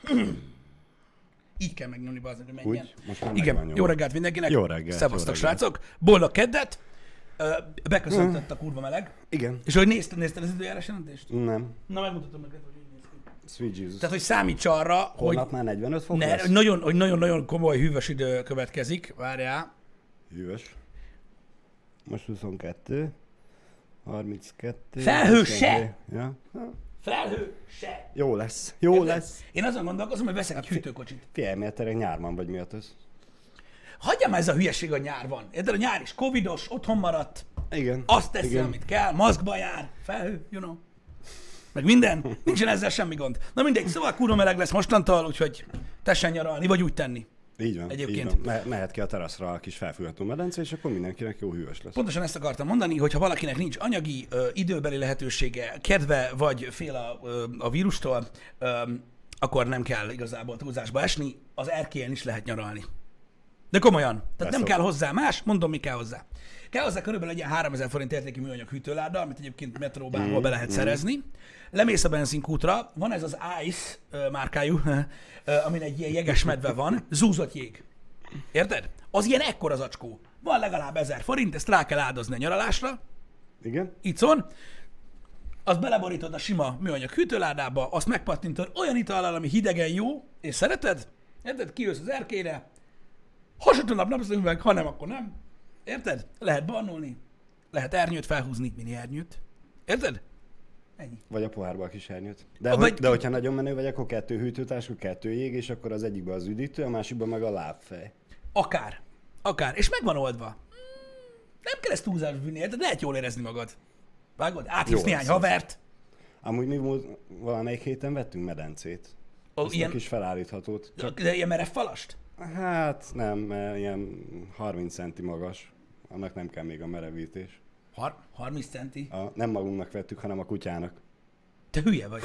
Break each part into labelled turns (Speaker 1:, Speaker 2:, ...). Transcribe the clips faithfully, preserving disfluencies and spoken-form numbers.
Speaker 1: Így kell megnyomni, bazdmeg, hogy menjen.
Speaker 2: Úgy, most már
Speaker 1: Igen,
Speaker 2: megvan
Speaker 1: jó
Speaker 2: nyomva.
Speaker 1: reggelt mindenkinek.
Speaker 2: Jó reggelt,
Speaker 1: Szevasztok,
Speaker 2: jó reggelt.
Speaker 1: srácok. Boldog keddet. Ö, Beköszöntött a kurva meleg.
Speaker 2: Igen.
Speaker 1: És hogy nézted, nézted az időjárás jelentést?
Speaker 2: Nem.
Speaker 1: Na, megmutatom neked, hogy így néz ki.
Speaker 2: Sweet Jesus.
Speaker 1: Tehát, hogy számíts arra, hogy,
Speaker 2: Holnap már negyvenöt fok
Speaker 1: ne,
Speaker 2: lesz?
Speaker 1: hogy nagyon, hogy nagyon-nagyon komoly hűvös idő következik. Várjál.
Speaker 2: Hűvös. Most huszonkettő. harminckettő.
Speaker 1: Felhő se!
Speaker 2: huszonkettő. Ja.
Speaker 1: Felhő se.
Speaker 2: Jó lesz. Jó
Speaker 1: Érted?
Speaker 2: lesz.
Speaker 1: Én azon gondolkozom, hogy veszek egy hűtőkocsit.
Speaker 2: Figyelj, mert te nyárban vagy, miatt ez?
Speaker 1: Hagyjam ez a hülyeség, a nyár van. Érted, a nyár is covidos, otthon maradt,
Speaker 2: Igen.
Speaker 1: azt teszi,
Speaker 2: Igen.
Speaker 1: amit kell, maszkba jár, felhő, you know. Meg minden, nincsen ezzel semmi gond. Na mindegy, szóval kurva meleg lesz mostantól, úgyhogy tessen nyaralni, vagy úgy tenni.
Speaker 2: Így van,
Speaker 1: Egyébként.
Speaker 2: így van. Me- mehet ki a teraszra a kis felfújható medence, és akkor mindenkinek jó hűvös lesz.
Speaker 1: Pontosan ezt akartam mondani, hogy ha valakinek nincs anyagi, ö, időbeli lehetősége, kedve, vagy fél a, ö, a vírustól, ö, akkor nem kell igazából túlzásba esni, az erkélyen is lehet nyaralni. De komolyan. Tehát
Speaker 2: Persze.
Speaker 1: nem kell hozzá más, mondom, mi kell hozzá. Kell hozzá körülbelül egy ilyen háromezer forint értékű műanyag hűtőláda, amit egyébként metró bárhol
Speaker 2: Mm,
Speaker 1: be lehet
Speaker 2: mm.
Speaker 1: szerezni. Lemész a benzinkútra, van ez az Ice ö, márkájú, ö, amin egy ilyen jeges medve van, zúzott jég. Érted? Az ilyen ekkora zacskó. Van legalább ezer forint, ezt rá kell áldozni a nyaralásra.
Speaker 2: Igen?
Speaker 1: Itt van. Azt beleborítod a sima műanyag hűtőládába, azt megpattintod olyan itallal, ami hidegen jó, és szereted, érted? Kijössz az erkélyre, ha süt a nap, napszemüveg, ha nem, akkor nem. Érted? Lehet barnolni, lehet ernyőt felhúzni, mini ernyőt. Érted? Ennyi.
Speaker 2: Vagy a pohárba a kis ernyőt. De,
Speaker 1: A,
Speaker 2: hogy,
Speaker 1: vagy-
Speaker 2: de hogyha nagyon menő vagy, akkor kettő hűtőtáska, kettő jég, és akkor az egyikben az üdítő, a másikban meg a lábfej.
Speaker 1: Akár. Akár. És meg van oldva. Hmm, Nem kell ezt túlzásba vinni, érted? Lehet jól érezni magad. Vágod? Áthívsz
Speaker 2: Jó
Speaker 1: néhány
Speaker 2: lesz.
Speaker 1: havert.
Speaker 2: Amúgy mi volt, valamelyik héten vettünk medencét.
Speaker 1: Ó,
Speaker 2: Ezt
Speaker 1: ilyen,
Speaker 2: a kis felállíthatót. Csak,
Speaker 1: de ilyen merev falast?
Speaker 2: hát nem, mert ilyen harminc centi magas. Annak nem kell még a merevítés.
Speaker 1: Har- harminc centi?
Speaker 2: A, nem magunknak vettük, hanem a kutyának.
Speaker 1: Te hülye vagy.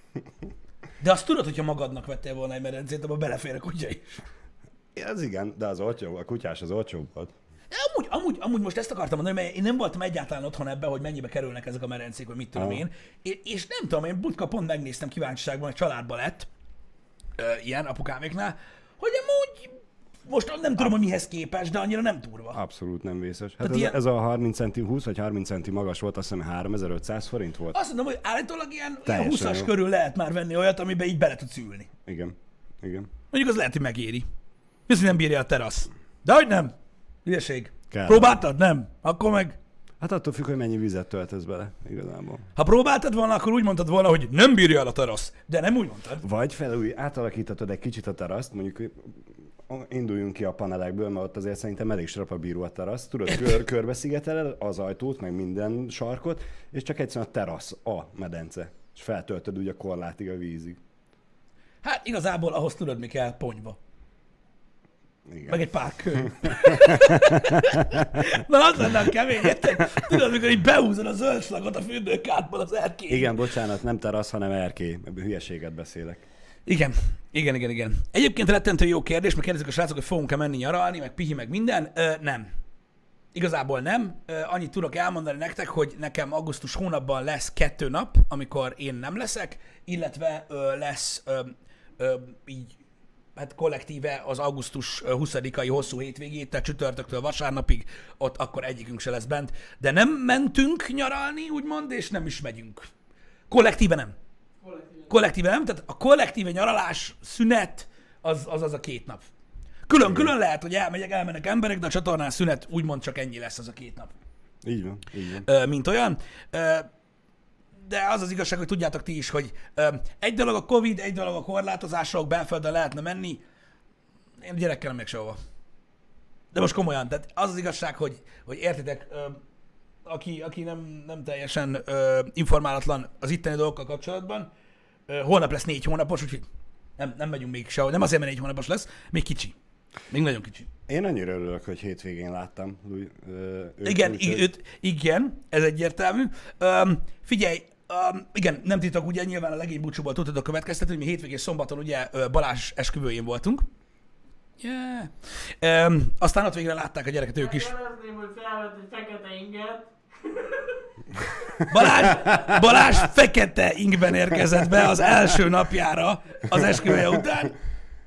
Speaker 1: De azt tudod, hogyha magadnak vettél volna egy medencét, abban belefér a kutya is.
Speaker 2: Ez igen, de az olcsó, a kutyás az olcsóbb volt.
Speaker 1: De amúgy, amúgy, amúgy most ezt akartam mondani, mert én nem voltam egyáltalán otthon ebben, hogy mennyibe kerülnek ezek a medencék, vagy mit tudom
Speaker 2: Aha.
Speaker 1: én. É- És nem tudom, én Butka pont megnéztem kíváncsiságban, hogy családban lett, ö, ilyen apukáméknál, hogy amúgy most nem tudom, hogy mihez képest, de annyira nem durva.
Speaker 2: Abszolút nem vészes. Hát
Speaker 1: Tehát
Speaker 2: ez,
Speaker 1: ilyen-
Speaker 2: ez a harminc centi, húsz vagy harminc centi magas volt, azt hiszem háromezer-ötszáz forint volt.
Speaker 1: Azt mondom, hogy állítólag ilyen, ilyen
Speaker 2: Teljesen
Speaker 1: húszas
Speaker 2: jó.
Speaker 1: körül lehet már venni olyat, amiben így bele tudsz ülni.
Speaker 2: Igen, igen.
Speaker 1: Mondjuk az lehet, hogy megéri. Viszont nem bírja a terasz. De hogy nem? Hülyeség.
Speaker 2: Kell.
Speaker 1: Próbáltad? Nem. Akkor meg...
Speaker 2: Hát attól függ, hogy mennyi vizet töltesz bele, igazából.
Speaker 1: Ha próbáltad volna, akkor úgy mondtad volna, hogy nem bírja el a terasz. De nem úgy mondtad.
Speaker 2: Vagy felúj, átalakítatod egy kicsit a teraszt, mondjuk induljunk ki a panelekből, mert ott azért szerintem elég strapabíró a terasz. Tudod, kör, körbe szigeteled az ajtót, meg minden sarkot, és csak egyszerűen a terasz, a medence. És feltöltöd úgy a korlátig a vízig.
Speaker 1: Hát igazából ahhoz tudod, mi kell, ponyva.
Speaker 2: Igen.
Speaker 1: Meg egy pár kő. Na az lenne a kemény, érted? Tudod, amikor így behúzod a zöld slagot a fürdőkádból az erkély.
Speaker 2: Igen, bocsánat, nem terasz, hanem erkély. Ebből hülyeséget beszélek.
Speaker 1: Igen, igen, igen, igen. Egyébként rettentő jó kérdés, mert kérdezik a srácok, hogy fogunk-e menni nyaralni, meg pihi, meg minden. Ö, nem. Igazából nem. Ö, annyit tudok elmondani nektek, hogy nekem augusztus hónapban lesz kettő nap, amikor én nem leszek, illetve ö, lesz ö, ö, így hát kollektíve az augusztus huszadikai hosszú hétvégét, tehát csütörtöktől vasárnapig, ott akkor egyikünk se lesz bent. De nem mentünk nyaralni, úgymond, és nem is megyünk. Kollektíve nem. Kollektíve nem, tehát a kollektíve nyaralás, szünet, az az, az a két nap. Külön-külön lehet, hogy elmegyek, elmennek emberek, de a csatornán szünet úgymond csak ennyi lesz az a két nap.
Speaker 2: Így van, így van.
Speaker 1: Ö, mint olyan. Ö, de az az igazság, hogy tudjátok ti is, hogy ö, egy dolog a Covid, egy dolog a korlátozások, belföldön lehetne menni, én a gyerekkel nem megyek sehova. De most komolyan, tehát az az igazság, hogy, hogy értitek, ö, aki, aki nem, nem teljesen ö, informálatlan az itteni dolgokkal kapcsolatban, ö, holnap lesz négy hónapos, úgyhogy nem, nem megyünk még sehol. Nem azért, mert négy hónapos lesz, még kicsi. Még nagyon kicsi.
Speaker 2: Én annyira örülök, hogy hétvégén láttam Louis, ö, őt,
Speaker 1: Igen,
Speaker 2: úgy,
Speaker 1: i-
Speaker 2: hogy-
Speaker 1: őt, igen, ez egyértelmű. Um, figyelj, um, igen, nem titok, ugye nyilván a legény búcsúból tudtad a következtetni, hogy mi hétvégén szombaton ugye ö, Balázs esküvőjén voltunk. Yeah. Um, aztán ott végre látták a gyereket ők is.
Speaker 3: Megnevezném, hogy felvett egy fekete inget.
Speaker 1: Balázs, Balázs fekete ingben érkezett be az első napjára az esküvője után.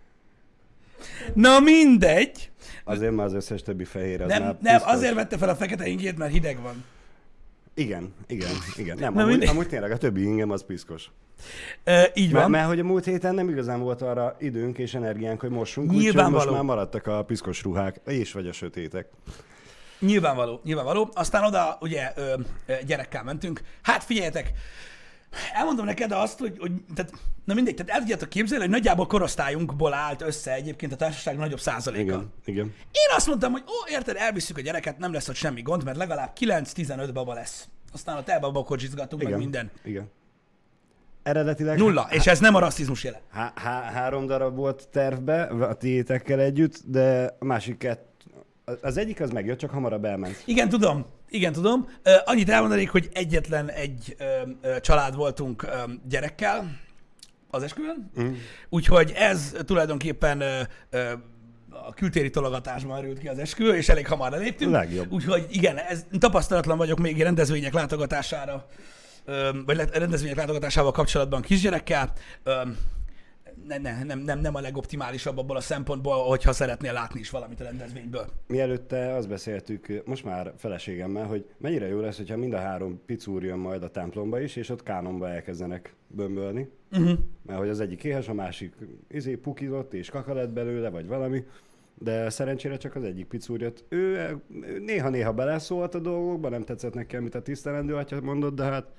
Speaker 1: Na mindegy.
Speaker 2: Azért már az összes többi fehér az
Speaker 1: Nem,
Speaker 2: már
Speaker 1: nem
Speaker 2: piszkos.
Speaker 1: azért vette fel a fekete ingét, mert hideg van.
Speaker 2: Igen, igen, igen. Nem,
Speaker 1: Na
Speaker 2: amúgy,
Speaker 1: mindegy.
Speaker 2: amúgy tényleg a többi ingem az piszkos.
Speaker 1: E, így
Speaker 2: Mert,
Speaker 1: van.
Speaker 2: mert hogy a múlt héten nem igazán volt arra időnk és energiánk, hogy mossunk, úgyhogy
Speaker 1: Nyilvánvaló.
Speaker 2: most már maradtak a piszkos ruhák, és vagy a sötétek.
Speaker 1: Nyilvánvaló, nyilvánvaló. Aztán oda ugye ö, ö, gyerekkel mentünk. Hát figyeljetek, elmondom neked azt, hogy, hogy tehát, na mindegy, tehát el tudjátok képzelni, hogy nagyjából korosztályunkból állt össze egyébként a társaság nagyobb százaléka.
Speaker 2: Igen, igen.
Speaker 1: Én azt mondtam, hogy ó, érted, elviszük a gyereket, nem lesz ott semmi gond, mert legalább kilenc-tizenöt baba lesz. Aztán ott elbabakocsizgatunk, meg
Speaker 2: Igen,
Speaker 1: minden.
Speaker 2: igen. Eredetileg
Speaker 1: Nulla, és ez nem a rasszizmus jele.
Speaker 2: há- há- három darab volt tervbe a tiétekkel együtt, de a másik kettő, az egyik az megjött, csak hamarabb elment.
Speaker 1: Igen, tudom. Igen, tudom. Uh, annyit elmondanék, hogy egyetlen egy uh, uh, család voltunk uh, gyerekkel az esküvőn,
Speaker 2: Mm.
Speaker 1: úgyhogy ez tulajdonképpen uh, uh, a kültéri tologatásban erült ki az esküvő, és elég hamar eléptünk.
Speaker 2: Legjobb.
Speaker 1: Úgyhogy igen, ez, tapasztalatlan vagyok még rendezvények látogatására, um, vagy le- rendezvények látogatásával kapcsolatban kisgyerekkel. Um, ne, ne, nem, nem, nem a legoptimálisabb abból a szempontból, hogyha szeretnél látni is valamit a rendezvényből.
Speaker 2: Mielőtte azt beszéltük most már feleségemmel, hogy mennyire jó lesz, hogyha mind a három picúr jön majd a templomba is, és ott kánonba elkezdenek bömbölni.
Speaker 1: Uh-huh.
Speaker 2: Mert hogy az egyik éhes, a másik izé pukizott és kaka lett belőle, vagy valami. De szerencsére csak az egyik picúr jött. Ő, ő néha-néha beleszólt a dolgokba, nem tetszett neki, amit a tisztelendő atya mondott, de hát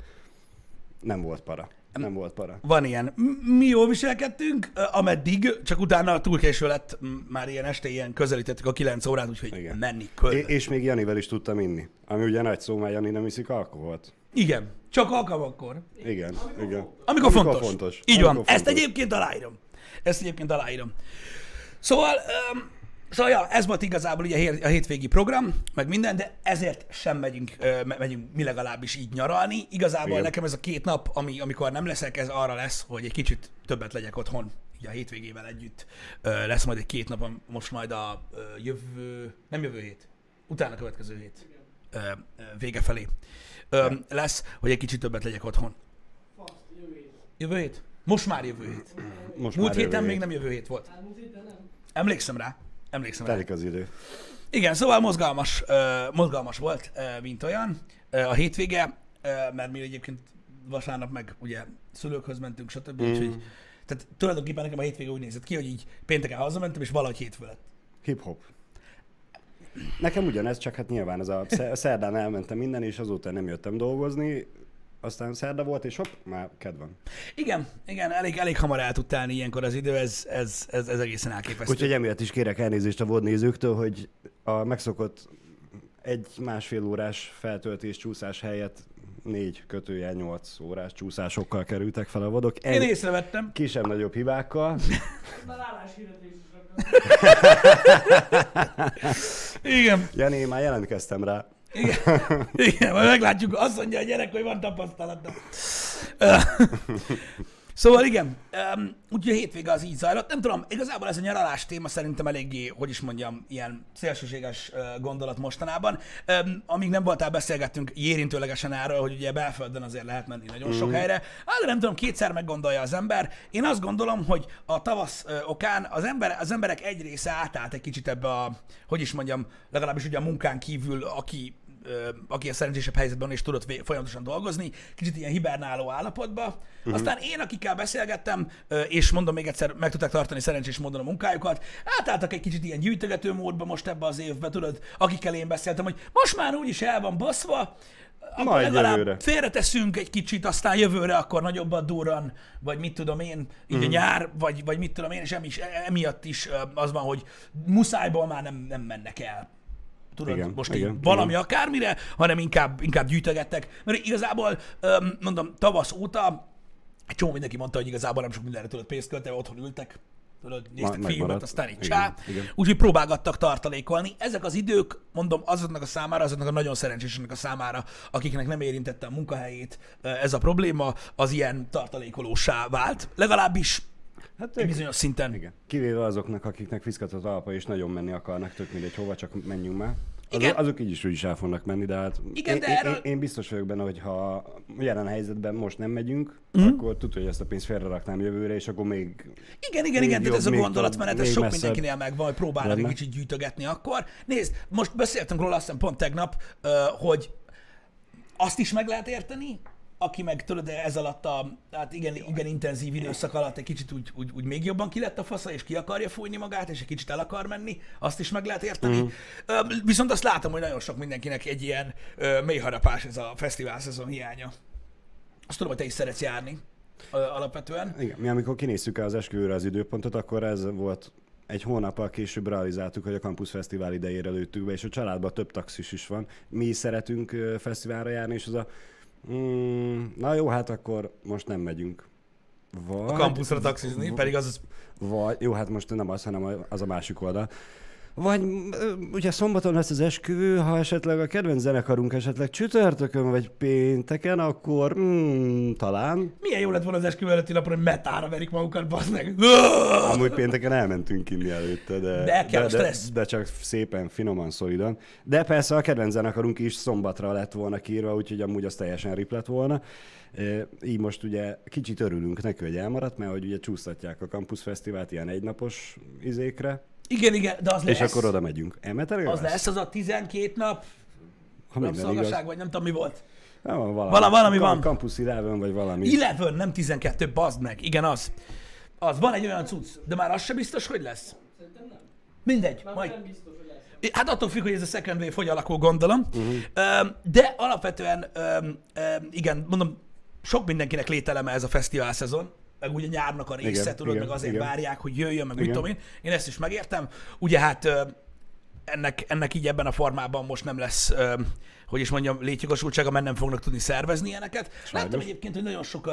Speaker 2: nem volt para. Nem volt para.
Speaker 1: Van ilyen. M- Mi jól viselkedtünk, ö, ameddig, csak utána túl késő lett, m- már ilyen este ilyen közelítettük a kilenc órát, úgyhogy
Speaker 2: Igen.
Speaker 1: menni körbe.
Speaker 2: É- és még Janivel is tudtam inni. Ami ugye nagy szó, mert Jani nem iszik alkoholt.
Speaker 1: Igen, csak alkalmakkor.
Speaker 2: Igen, igen.
Speaker 1: Amikor fontos.
Speaker 2: fontos.
Speaker 1: Így
Speaker 2: Amikor
Speaker 1: van. Ezt
Speaker 2: fontos.
Speaker 1: egyébként aláírom. Ezt egyébként aláírom. Szóval, um, szóval ja, ez volt igazából ugye a hé- a hétvégi program, meg minden, de ezért sem megyünk, ö, me- megyünk mi legalábbis így nyaralni. Igazából
Speaker 2: Igen.
Speaker 1: nekem ez a két nap, ami, amikor nem leszek, ez arra lesz, hogy egy kicsit többet legyek otthon, így a hétvégével együtt. Ö, lesz majd egy két nap, most majd a ö, jövő, nem jövő hét, utána következő hét ö, ö, vége felé ö, lesz, hogy egy kicsit többet legyek otthon. Jövő hét? Most már jövő hét.
Speaker 2: Most
Speaker 1: Múlt
Speaker 2: már
Speaker 1: héten
Speaker 2: jövő
Speaker 1: még
Speaker 2: hét.
Speaker 1: nem jövő hét volt. Emlékszem rá. Emlékszem rá.
Speaker 2: Telik az idő.
Speaker 1: Igen, szóval mozgalmas, uh, mozgalmas volt, uh, mint olyan uh, a hétvége, uh, mert mi egyébként vasárnap meg ugye szülőkhöz mentünk, stb. Mm. Úgyhogy, tehát tulajdonképpen nekem a hétvége úgy nézett ki, hogy így pénteken hazamentem, és valahogy hétfő lett.
Speaker 2: Hip-hop. Nekem ugyanez, csak hát nyilván az a sze- szerdán elmentem minden, és azóta nem jöttem dolgozni, aztán szerda volt, és hopp, már kedv van.
Speaker 1: Igen, igen, elég, elég hamar el tud telni ilyenkor az idő, ez, ez, ez, ez egészen elképesztő.
Speaker 2: Úgyhogy emiatt is kérek elnézést a vé o dé nézőktől, hogy a megszokott egy-másfél órás feltöltés csúszás helyett négy kötőjel nyolc órás csúszásokkal kerültek fel a vodok.
Speaker 1: Én észrevettem.
Speaker 2: Kisebb-nagyobb hibákkal.
Speaker 3: Már álláshirdetés is raknak.
Speaker 1: Igen,
Speaker 2: Jani, én már jelentkeztem rá.
Speaker 1: igen, igen, majd meglátjuk, azt mondja a gyerek, hogy van tapasztalata. Szóval igen, um, úgyhogy a hétvége az így zajlott. Nem tudom, igazából ez a nyaralás téma szerintem eléggé, hogy is mondjam, ilyen szélsőséges uh, gondolat mostanában. Um, amíg nem voltál, beszélgettünk érintőlegesen erről, hogy ugye belföldön azért lehet menni nagyon sok helyre. Hát, de nem tudom, kétszer meggondolja az ember. Én azt gondolom, hogy a tavasz uh, okán az, ember, az emberek egy része átállt egy kicsit ebbe a, hogy is mondjam, legalábbis ugye a munkán kívül, aki ö, aki a szerencsésebb helyzetben és tudott vé- folyamatosan dolgozni, kicsit ilyen hibernáló állapotba. Uh-huh. Aztán én, akikkel beszélgettem, ö, és mondom még egyszer, meg tudták tartani szerencsés módon a munkájukat, átálltak egy kicsit ilyen gyűjtögető módba most ebbe az évbe, tudod, akikkel én beszéltem, hogy most már úgyis el van baszva, akkor
Speaker 2: Majd
Speaker 1: legalább
Speaker 2: jövőre.
Speaker 1: félreteszünk egy kicsit, aztán jövőre akkor nagyobbat durran, vagy mit tudom én, így uh-huh. a nyár, vagy, vagy mit tudom én, és emi, emiatt is ö, az van, hogy muszájból már nem, nem mennek el. Tudod,
Speaker 2: Igen,
Speaker 1: most
Speaker 2: igen,
Speaker 1: így valami
Speaker 2: igen.
Speaker 1: akármire, hanem inkább, inkább gyűjtögettek. Mert igazából, öm, mondom, tavasz óta egy csomó mindenki mondta, hogy igazából nem sok mindenre tudod pénzt költeni, otthon ültek, tudod, néztek filmet,
Speaker 2: megmaradt.
Speaker 1: aztán így
Speaker 2: Igen,
Speaker 1: csá.
Speaker 2: igen.
Speaker 1: Úgyhogy próbálgattak tartalékolni. Ezek az idők, mondom, azoknak a számára, azoknak a nagyon szerencséseknek a számára, akiknek nem érintette a munkahelyét ez a probléma, az ilyen tartalékolósá vált. Legalábbis
Speaker 2: Hát
Speaker 1: egy
Speaker 2: ők-
Speaker 1: bizonyos szinten.
Speaker 2: Igen. Kivéve azoknak, akiknek viszkatott alpa és nagyon menni akarnak, tök mindegy hova, csak menjünk már.
Speaker 1: Igen.
Speaker 2: Azok, azok így is úgy is el fognak menni, de hát
Speaker 1: Igen,
Speaker 2: én,
Speaker 1: de
Speaker 2: én,
Speaker 1: erről...
Speaker 2: én, én biztos vagyok benne, hogy ha jelen helyzetben most nem megyünk,
Speaker 1: Mhm.
Speaker 2: mm. akkor tudod, hogy ezt a pénzt félreraknám jövőre, és akkor még...
Speaker 1: Igen, igen,
Speaker 2: még
Speaker 1: igen, tehát
Speaker 2: jobb,
Speaker 1: ez a
Speaker 2: még
Speaker 1: gondolatmenet,
Speaker 2: több,
Speaker 1: ez
Speaker 2: még
Speaker 1: sok
Speaker 2: messzebb
Speaker 1: mindenkinél megvan, hogy próbálnak egy
Speaker 2: lenne.
Speaker 1: kicsit gyűjtögetni akkor. Nézd, most beszéltünk róla azt hiszem pont tegnap, ö, hogy azt is meg lehet érteni, aki meg tudod, ez alatt a, hát igen, igen intenzív időszak alatt egy kicsit úgy, úgy, úgy még jobban ki lett a fasza, és ki akarja fújni magát, és egy kicsit el akar menni, azt is meg lehet érteni. Uh-huh. Viszont azt látom, hogy nagyon sok mindenkinek egy ilyen ö, mélyharapás ez a fesztivál szezon hiánya. Azt tudom, hogy te is szeretsz járni ö, alapvetően.
Speaker 2: Igen, mi amikor kinéztük az esküvőre az időpontot, akkor ez volt egy hónappal később realizáltuk, hogy a Campus Fesztivál idejére lőttük be, és a családban több taxis is van. Mi is szeretünk ö, fesztiválra járni, és az a Mm, na jó, hát akkor most nem megyünk. Vagy,
Speaker 1: A kampuszra taxizni, pedig az... az...
Speaker 2: Vagy, jó, hát most nem az, hanem az a másik oldal. Vagy ugye szombaton lesz az esküvő, ha esetleg a kedvenc zenekarunk esetleg csütörtökön vagy pénteken, akkor mm, talán.
Speaker 1: Milyen jó lett volna az esküvő előtti napon, hogy metára verik magukat, bazd meg.
Speaker 2: Amúgy pénteken elmentünk inni előtte, de,
Speaker 1: de, kell
Speaker 2: de,
Speaker 1: de,
Speaker 2: de csak szépen, finoman, szolidan. De persze a kedvenc zenekarunk is szombatra lett volna kiírva, úgyhogy amúgy az teljesen rip lett volna. Így most ugye kicsit örülünk neki, hogy elmaradt, mert hogy ugye csúsztatják a Campus Fesztivált ilyen egynapos izékre.
Speaker 1: Igen, igen, de az
Speaker 2: és
Speaker 1: lesz.
Speaker 2: És akkor oda megyünk. Elmetelő
Speaker 1: az lesz? lesz az a tizenkét nap rabszolgaság, vagy nem tudom mi volt.
Speaker 2: Nem, valami,
Speaker 1: Vala, valami van.
Speaker 2: Campus tizenkilenc, vagy valami.
Speaker 1: tizenkilenc, nem tizenkettő, bazd meg. Igen, az. Az, van egy olyan cucc, de már az sem biztos, hogy lesz.
Speaker 3: Szerintem nem.
Speaker 1: Mindegy,
Speaker 3: Már
Speaker 1: majd.
Speaker 3: nem biztos, hogy lesz.
Speaker 1: Hát attól függ, hogy ez a second wave hogy alakul, gondolom. Uh-huh. De alapvetően, igen, mondom, sok mindenkinek lételeme ez a fesztivál szezon, meg ugye nyárnak a része,
Speaker 2: igen,
Speaker 1: tudod,
Speaker 2: igen,
Speaker 1: meg azért
Speaker 2: igen.
Speaker 1: várják, hogy jöjjön, meg
Speaker 2: Igen.
Speaker 1: mit tudom én. Én ezt is megértem. Ugye hát ennek, ennek így ebben a formában most nem lesz, hogy is mondjam, létjogosultsága, mert nem fognak tudni szervezni ilyeneket. Láttam egyébként, hogy nagyon sok ö,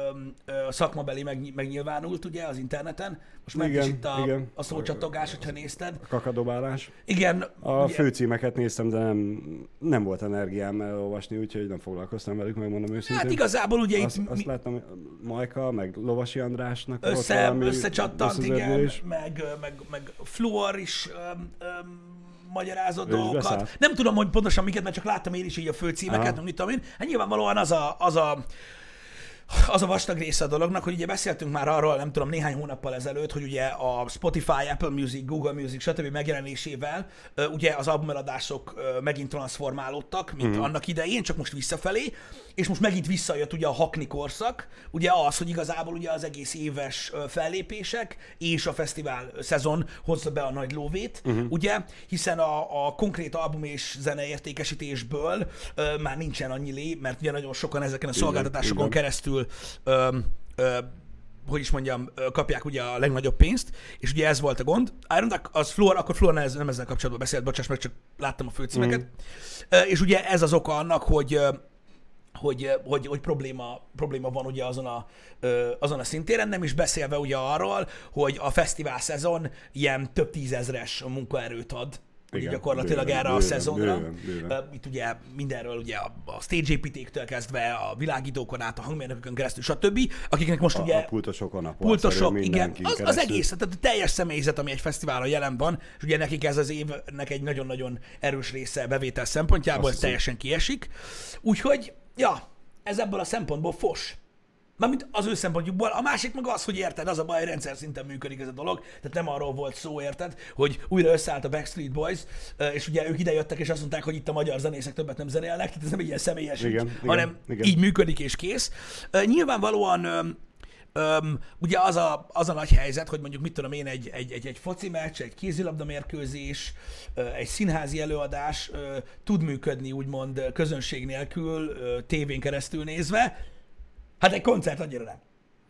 Speaker 1: ö, ö, szakmabeli meg, megnyilvánult ugye az interneten. Most ment
Speaker 2: Igen,
Speaker 1: is itt a,
Speaker 2: igen.
Speaker 1: a szócsatogás, hogyha nézted.
Speaker 2: Kakadobálás.
Speaker 1: Igen.
Speaker 2: A
Speaker 1: ugye,
Speaker 2: főcímeket néztem, de nem, nem volt energiám elolvasni, úgyhogy nem foglalkoztam velük, megmondom őszintén.
Speaker 1: hát igazából ugye
Speaker 2: Azt,
Speaker 1: itt
Speaker 2: azt
Speaker 1: mi,
Speaker 2: láttam, Majka, meg Lovasi Andrásnak volt
Speaker 1: össze,
Speaker 2: valami
Speaker 1: összecsattant, igen,
Speaker 2: összeződülés.
Speaker 1: meg, meg, meg Fluor is öm, öm, magyarázott
Speaker 2: Ő is
Speaker 1: dolgokat.
Speaker 2: beszállt.
Speaker 1: Nem tudom, hogy pontosan miket, mert csak láttam én is így a főcímeket,
Speaker 2: Aha.
Speaker 1: meg mit tudom én. Hát nyilvánvalóan az a, az a az a vastag része a dolognak, hogy ugye beszéltünk már arról, nem tudom, néhány hónappal ezelőtt, hogy ugye a Spotify, Apple Music, Google Music, stb. Megjelenésével ö, ugye az albumeladások ö, megint transformálódtak, mint mm. annak idején, csak most visszafelé, és most megint visszajött ugye a Hackney korszak, ugye az, hogy igazából ugye az egész éves ö, fellépések és a fesztivál szezon hozza be a nagy lóvét, uh-huh. ugye, hiszen a, a konkrét album és zene értékesítésből ö, már nincsen annyi lé, mert ugye nagyon sokan ezeken a szolgáltatásokon
Speaker 2: igen.
Speaker 1: keresztül Ö, ö, hogy is mondjam, ö, kapják ugye a legnagyobb pénzt, és ugye ez volt a gond. Iron Duck, az Fluor, akkor Fluor nem, nem ezzel kapcsolatban beszélt, bocsáss meg, csak láttam a főcímeket. Mm. Ö, és ugye ez az oka annak, hogy ö, hogy, hogy, hogy probléma, probléma van ugye azon a, ö, azon a szintéren, nem is beszélve ugye arról, hogy a fesztivál szezon ilyen több tízezres munkaerőt ad. Ugye
Speaker 2: Igen,
Speaker 1: gyakorlatilag
Speaker 2: bőven,
Speaker 1: erre a
Speaker 2: bőven,
Speaker 1: szezonra.
Speaker 2: bőven, bőven.
Speaker 1: Itt ugye mindenről ugye a, a stage építéktől kezdve, a világítókon át, a hangmérnökökön keresztül, stb. Akiknek most
Speaker 2: A,
Speaker 1: ugye...
Speaker 2: a pultosokon, a
Speaker 1: Pultosok, igen. Az, az
Speaker 2: keresztül.
Speaker 1: egész, tehát a teljes személyzet, ami egy fesztiválon jelen van, és ugye nekik ez az évnek egy nagyon-nagyon erős része bevétel szempontjából, ez teljesen kiesik. Úgyhogy, ja, ez ebből a szempontból fos. Mármint az ő szempontjukból. A másik meg az, hogy érted, az a baj, rendszer szinten működik ez a dolog. Tehát nem arról volt szó, érted, hogy újra összeállt a Backstreet Boys, és ugye ők idejöttek, és azt mondták, hogy itt a magyar zenészek többet nem zenélnek, tehát ez nem egy ilyen személyes
Speaker 2: Igen,
Speaker 1: ügy,
Speaker 2: igen,
Speaker 1: hanem
Speaker 2: igen.
Speaker 1: így működik és kész. Nyilvánvalóan öm, öm, ugye az a, az a nagy helyzet, hogy mondjuk mit tudom én, egy, egy, egy, egy foci meccs, egy kézilabda mérkőzés, egy színházi előadás tud működni úgymond közönség nélkül, tévén keresztül nézve. Hát egy koncert annyira nem.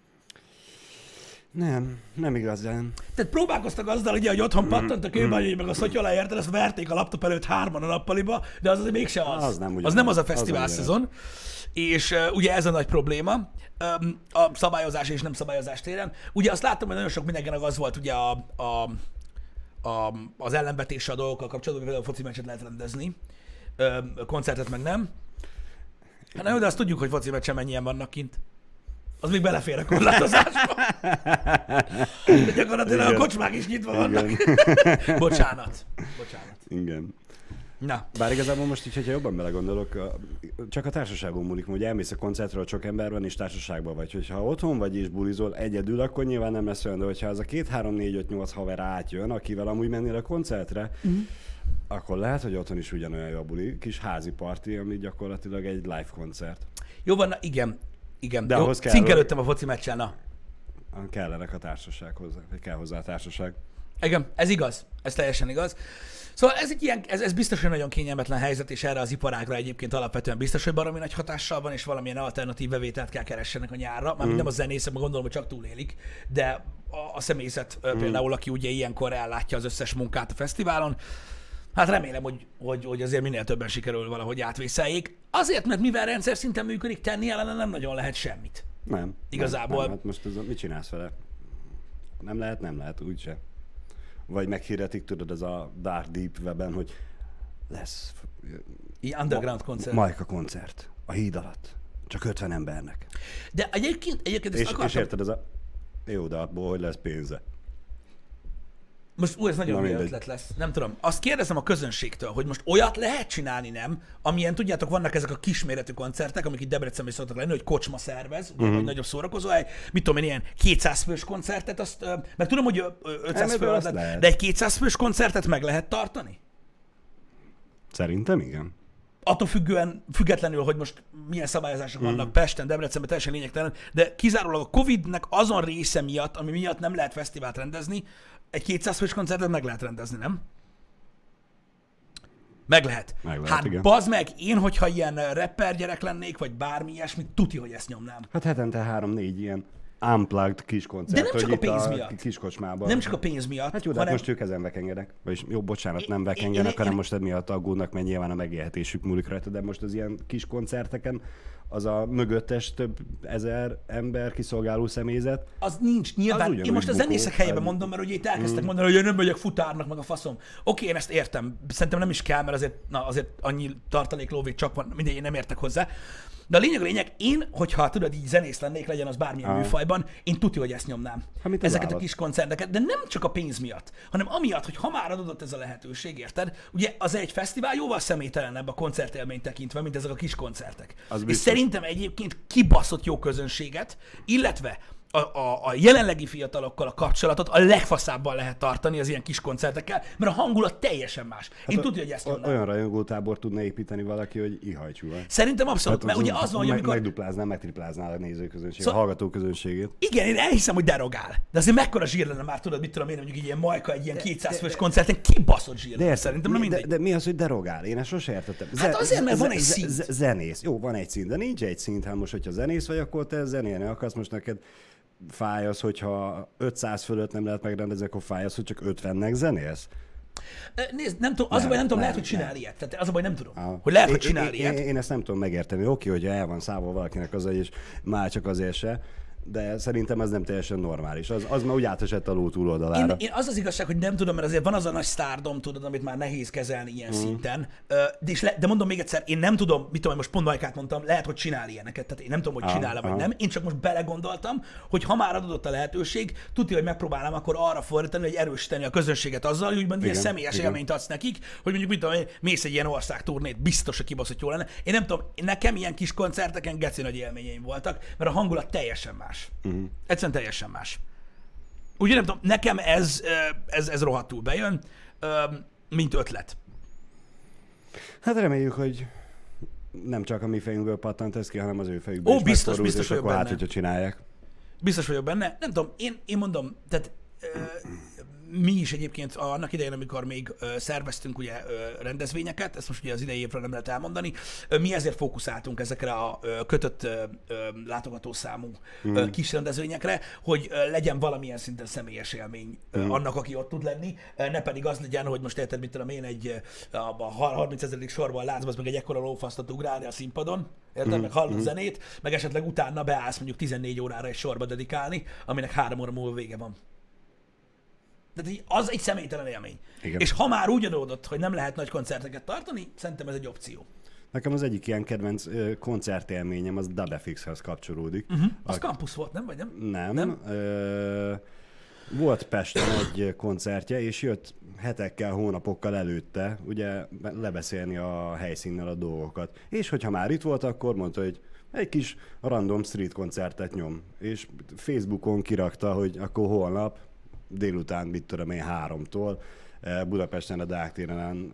Speaker 2: Nem, nem igazán.
Speaker 1: Tehát próbálkoztak azzal, ugye, hogy otthon pattant a kőbányai, meg a szotyolá, érted, ezt verték a laptop előtt hárman a nappaliba, de az azért mégse az.
Speaker 2: Az nem ugyanaz.
Speaker 1: Az nem az a
Speaker 2: Az
Speaker 1: fesztivál
Speaker 2: nem
Speaker 1: szezon. És uh, ugye ez a nagy probléma um, a szabályozás és nem szabályozás téren. Ugye azt láttam, hogy nagyon sok mindenkinek az volt ugye a, a, a, az ellenvetése a dolgokkal kapcsolatban, hogy például a foci meccset lehet rendezni, um, koncertet meg nem. Hát na jó, de azt tudjuk, hogy foci meccsen mennyien vannak kint. Az még belefér a korlátozásba. De gyakorlatilag
Speaker 2: Igen.
Speaker 1: a kocsmák is nyitva vannak.
Speaker 2: Igen.
Speaker 1: Bocsánat. Bocsánat.
Speaker 2: Igen.
Speaker 1: Na.
Speaker 2: Bár igazából most így, hogyha jobban belegondolok, csak a társaságon múlik, hogy elmész a koncertről, sok ember van és társaságban vagy. Hogyha otthon vagy és bulizol egyedül, akkor nyilván nem lesz olyan, de hogyha az a két, három, négy, öt, nyolc haver átjön, akivel amúgy mennél a koncertre, uh-huh. akkor lehet, hogy otthon is ugyanolyan jó a buli, kis házi parti, ami gyakorlatilag egy live koncert.
Speaker 1: Jó van, na, igen. Igen.
Speaker 2: De
Speaker 1: Jó,
Speaker 2: ahhoz kell,
Speaker 1: cinkelődtem a foci meccsen, na.
Speaker 2: Kellenek a társaság hozzá, vagy kell hozzá a társaság.
Speaker 1: Igen, ez igaz. Ez teljesen igaz. Szóval ez egy ilyen, ez, ez biztos, hogy nagyon kényelmetlen helyzet, és erre az iparágra egyébként alapvetően biztos, hogy baromi nagy hatással van, és valamilyen alternatív bevételt kell keressenek a nyárra. Mármint mm. nem a zenészek, mert gondolom, hogy csak túlélik, de a, a személyzet mm. például, aki ugye ilyenkor ellátja az összes munkát a fesztiválon, hát remélem, hogy, hogy, hogy azért minél többen sikerül valahogy átvészeljék. Azért, mert mivel rendszer szinten működik, tenni ellene nem nagyon lehet semmit.
Speaker 2: Nem.
Speaker 1: Igazából.
Speaker 2: Nem, nem, hát most ez, mit csinálsz vele? Nem lehet, nem lehet, úgyse. Vagy meghirdetik, tudod, ez a Dark Deep webben, hogy lesz
Speaker 1: ilyen underground koncert.
Speaker 2: Majka koncert a híd alatt. Csak ötven embernek.
Speaker 1: De egyébként, egyébként ezt
Speaker 2: és,
Speaker 1: akartam...
Speaker 2: és érted, ez a... Jó, de abból hogy lesz pénze?
Speaker 1: Most ú, ez nagyon jó ötlet lesz. Nem tudom. Azt kérdezem a közönségtől, hogy most olyat lehet csinálni, nem? Amilyen, tudjátok, vannak ezek a kisméretű koncertek, amik itt Debrecenben szoktak lenni, hogy kocsma szervez, uh-huh. vagy nagyobb szórakozóhely. Mit tudom én, ilyen kétszáz fős koncertet, azt, mert tudom, hogy ötszáz fő az lehet, de egy kétszáz fős koncertet meg lehet tartani?
Speaker 2: Szerintem igen.
Speaker 1: Attól függően, függetlenül, hogy most milyen szabályozások vannak mm. Pesten, Debrecenben, teljesen lényegtelen, de kizárólag a Covidnek azon része miatt, ami miatt nem lehet fesztivált rendezni, egy kétszáz fős koncertet meg lehet rendezni, nem? Meg lehet.
Speaker 2: Meg lehet,
Speaker 1: hát
Speaker 2: igen.
Speaker 1: bazd meg, én, hogyha ilyen rapper gyerek lennék, vagy bármi ilyesmi, tuti, hogy ezt nyomnám.
Speaker 2: Hát hetente három-négy ilyen unplugged kis koncert.
Speaker 1: De nem csak a pénz
Speaker 2: a
Speaker 1: miatt.
Speaker 2: Kis kocsmában.
Speaker 1: Nem csak a pénz miatt.
Speaker 2: Hát jó, de
Speaker 1: hanem...
Speaker 2: most ők ezen vekengenek. Vagyis jó, bocsánat, nem
Speaker 1: én,
Speaker 2: vekengenek,
Speaker 1: én,
Speaker 2: hanem
Speaker 1: én,
Speaker 2: most emiatt aggódnak, mert nyilván a megélhetésük múlik rajta, de most az ilyen kis koncerteken az a mögöttes több ezer ember kiszolgáló személyzet.
Speaker 1: Az nincs, nyilván. Az én most a zenészek helyében mondom, mert ugye itt elkezdtek mm. mondani, hogy én nem megyek futárnak, meg a faszom. Oké, én ezt értem. Szerintem nem is kell, mert azért, na, azért annyi tartalék lóvét csak van, mindegy, én nem értek hozzá. De a lényeg a lényeg, én, hogyha tudod, így zenész lennék, legyen az bármilyen ah. műfajban, én tuti, hogy ezt nyomnám. Hát, ezeket a kis koncerteket, de nem csak a pénz miatt, hanem amiatt, hogy ha már adott ez a lehetőség, érted? Ugye az egy fesztivál jóval személytelenebb a koncertélményt tekintve, mint ezek a kis koncertek. Az És biztos. Szerintem egyébként kibaszott jó közönséget, illetve A, a, a jelenlegi fiatalokkal a kapcsolatot a legfaszábban lehet tartani az ilyen kis koncertekkel, mert a hangulat teljesen más. Én hát tudja, hogy ezt nyomnám.
Speaker 2: Olyan rajongótábor tudna építeni valaki, hogy ihajcsúval.
Speaker 1: Szerintem abszolút, hát, mert ugye az van, hogy amikor...
Speaker 2: Megduplázná, megtriplázná a nézőközönség, szóval... a hallgatóközönségét.
Speaker 1: Igen, én elhiszem, hogy derogál. De azért mekkora zsír lenne már, tudod, mit tudom én, mondjuk egy ilyen Majka, egy ilyen kétszáz fős koncerten, kibaszott zsír lenne szerintem,
Speaker 2: de,
Speaker 1: mindegy.
Speaker 2: De, de mi az, hogy derogál? Én ezt sose értettem.
Speaker 1: Hát azért, mert van egy szint.
Speaker 2: Zenész. Jó, van egy szint, de nincs egy szint. Hát most, hogyha zenész vagy, akkor te zenélni akarsz, most neked fáj az, hogyha ötszáz fölött nem lehet megrendezni, akkor fáj az, hogy csak ötvennek zenélsz?
Speaker 1: Nézd, nem tudom, az a baj, nem tudom, lehet, hogy csinál ilyet. Tehát az a baj, nem tudom, ah. hogy lehet, hogy csinál
Speaker 2: én,
Speaker 1: ilyet.
Speaker 2: Én, én ezt nem tudom megérteni. Oké, hogyha el van számol valakinek az, és már csak azért se, de szerintem ez nem teljesen normális. Az, az már úgy átesett a ló túloldalára.
Speaker 1: Én, én az az igazság, hogy nem tudom, mert azért van az a nagy sztárdom, tudod, amit már nehéz kezelni ilyen mm. szinten. De, le, de mondom még egyszer, én nem tudom, mit tudom, most pont Majkát mondtam, lehet, hogy csinál ilyeneket, tehát én nem tudom, hogy csinál-e vagy nem. Én csak most belegondoltam, hogy ha már adott a lehetőség, tudja, hogy megpróbálom akkor arra fordítani, hogy erősíteni a közönséget azzal, hogy úgymond ilyen személyes igen. élményt adsz nekik, hogy mondjuk mit tudom, mész egy ilyen országturnét, biztos, hogy kibaszott jó lenne. Én nem tudom, nekem ilyen kis koncerteken geci nagy élményeim voltak, mert a hangulat teljesen más. Mm. Egyszerűen teljesen más. Ugye nem tudom, nekem ez, ez, ez rohadtul bejön, mint ötlet.
Speaker 2: Hát reméljük, hogy nem csak a mi fejünkből pattant ez ki, hanem az ő fejükből
Speaker 1: Ó,
Speaker 2: is
Speaker 1: biztos, biztos vagyok
Speaker 2: akkor
Speaker 1: benne.
Speaker 2: hát, hogyha csinálják.
Speaker 1: Biztos vagyok benne. Nem tudom, én, én mondom, tehát mi is egyébként annak idején, amikor még ö, szerveztünk ugye ö, rendezvényeket, ezt most ugye az idei évről nem lehet elmondani, ö, mi ezért fókuszáltunk ezekre a ö, kötött ö, ö, látogatószámú mm. ö, kis rendezvényekre, hogy ö, legyen valamilyen szinten személyes élmény ö, mm. annak, aki ott tud lenni, ö, ne pedig az legyen, hogy most érted, mit tudom én, egy a, a harmincezeredik sorban látsz, az meg egy ekkora lófasztot ugrálni a színpadon, érted, mm. meg hallod mm. zenét, meg esetleg utána beállsz mondjuk tizennégy órára egy sorba dedikálni, aminek három óra múlva vége van. Tehát az egy személytelen élmény. Igen. És ha már úgy adódott, hogy nem lehet nagy koncerteket tartani, szerintem ez egy opció.
Speaker 2: Nekem az egyik ilyen kedvenc ö, koncertélményem az Dabefixhez kapcsolódik.
Speaker 1: Uh-huh. Az a... Campus volt, nem? Vagy nem?
Speaker 2: Nem.
Speaker 1: nem?
Speaker 2: Ö, volt Pesten egy koncertje, és jött hetekkel, hónapokkal előtte ugye lebeszélni a helyszínnel a dolgokat. És hogyha már itt volt, akkor mondta, hogy egy kis random street koncertet nyom. És Facebookon kirakta, hogy akkor holnap délután, mit tudom én, háromtól Budapesten a Deák téren,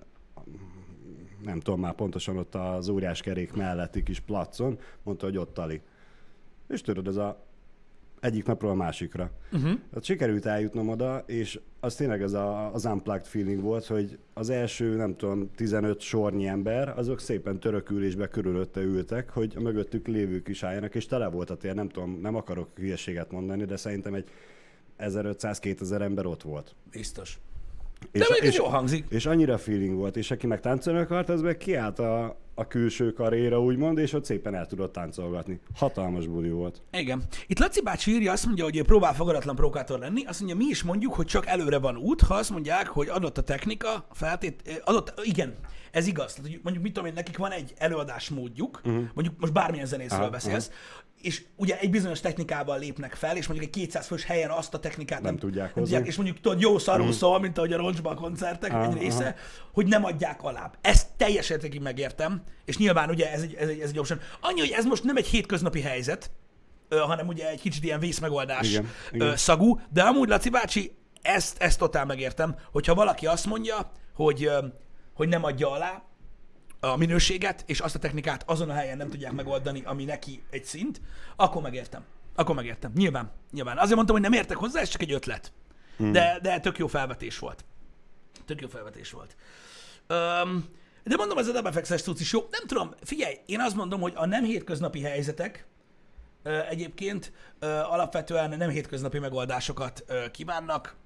Speaker 2: nem tudom már pontosan, ott az óriás kerék melletti kis placon, mondta, hogy ott tali. És tudod, ez a egyik napról a másikra. Uh-huh. Hát sikerült eljutnom oda, és az tényleg ez a, az unplugged feeling volt, hogy az első, nem tudom, tizenöt sornyi ember, azok szépen törökülésbe körülötte ültek, hogy a mögöttük lévők is álljanak, és tele volt a tér, nem tudom, nem akarok hülyeséget mondani, de szerintem egy ezerötszáz-kétezer ember ott volt.
Speaker 1: Biztos.
Speaker 2: És,
Speaker 1: de még
Speaker 2: és,
Speaker 1: jól hangzik.
Speaker 2: És annyira feeling volt, és aki meg táncolni akart, az meg kiállt a, a külső karéra, úgymond, és ott szépen el tudott táncolgatni. Hatalmas buli volt.
Speaker 1: Igen. Itt Laci bácsi írja, azt mondja, hogy ő próbál fogadatlan provokátor lenni, azt mondja, mi is mondjuk, hogy csak előre van út, ha azt mondják, hogy adott a technika, feltét, adott, igen, ez igaz. Tehát, hogy mondjuk mit tudom én, nekik van egy előadásmódjuk, uh-huh. mondjuk most bármilyen zenészről aha, beszélsz, aha. és ugye egy bizonyos technikával lépnek fel, és mondjuk egy kétszáz fős helyen azt a technikát
Speaker 2: nem, nem tudják hozni. Tudják,
Speaker 1: és mondjuk tudod, jó szarul uh-huh. szól, mint ahogy a Roncsban a koncertek aha, egy része, aha. hogy nem adják alább. Ezt teljes értékig megértem, és nyilván ugye ez egy, ez egy, ez egy option. Annyi, hogy ez most nem egy hétköznapi helyzet, hanem ugye egy kicsit ilyen vészmegoldás igen, igen. szagú, de amúgy Laci bácsi, ezt, ezt totál megértem, hogyha valaki azt mondja, hogy, hogy nem adja alá a minőséget, és azt a technikát azon a helyen nem tudják megoldani, ami neki egy szint, akkor megértem. Akkor megértem. Nyilván. Nyilván. Azért mondtam, hogy nem értek hozzá, ez csak egy ötlet. Hmm. De, de tök jó felvetés volt. Tök jó felvetés volt. Um, de mondom, ez a Dubfx-es cucc is jó. Nem tudom, figyelj, én azt mondom, hogy a nem hétköznapi helyzetek uh, egyébként uh, alapvetően nem hétköznapi megoldásokat uh, kívánnak.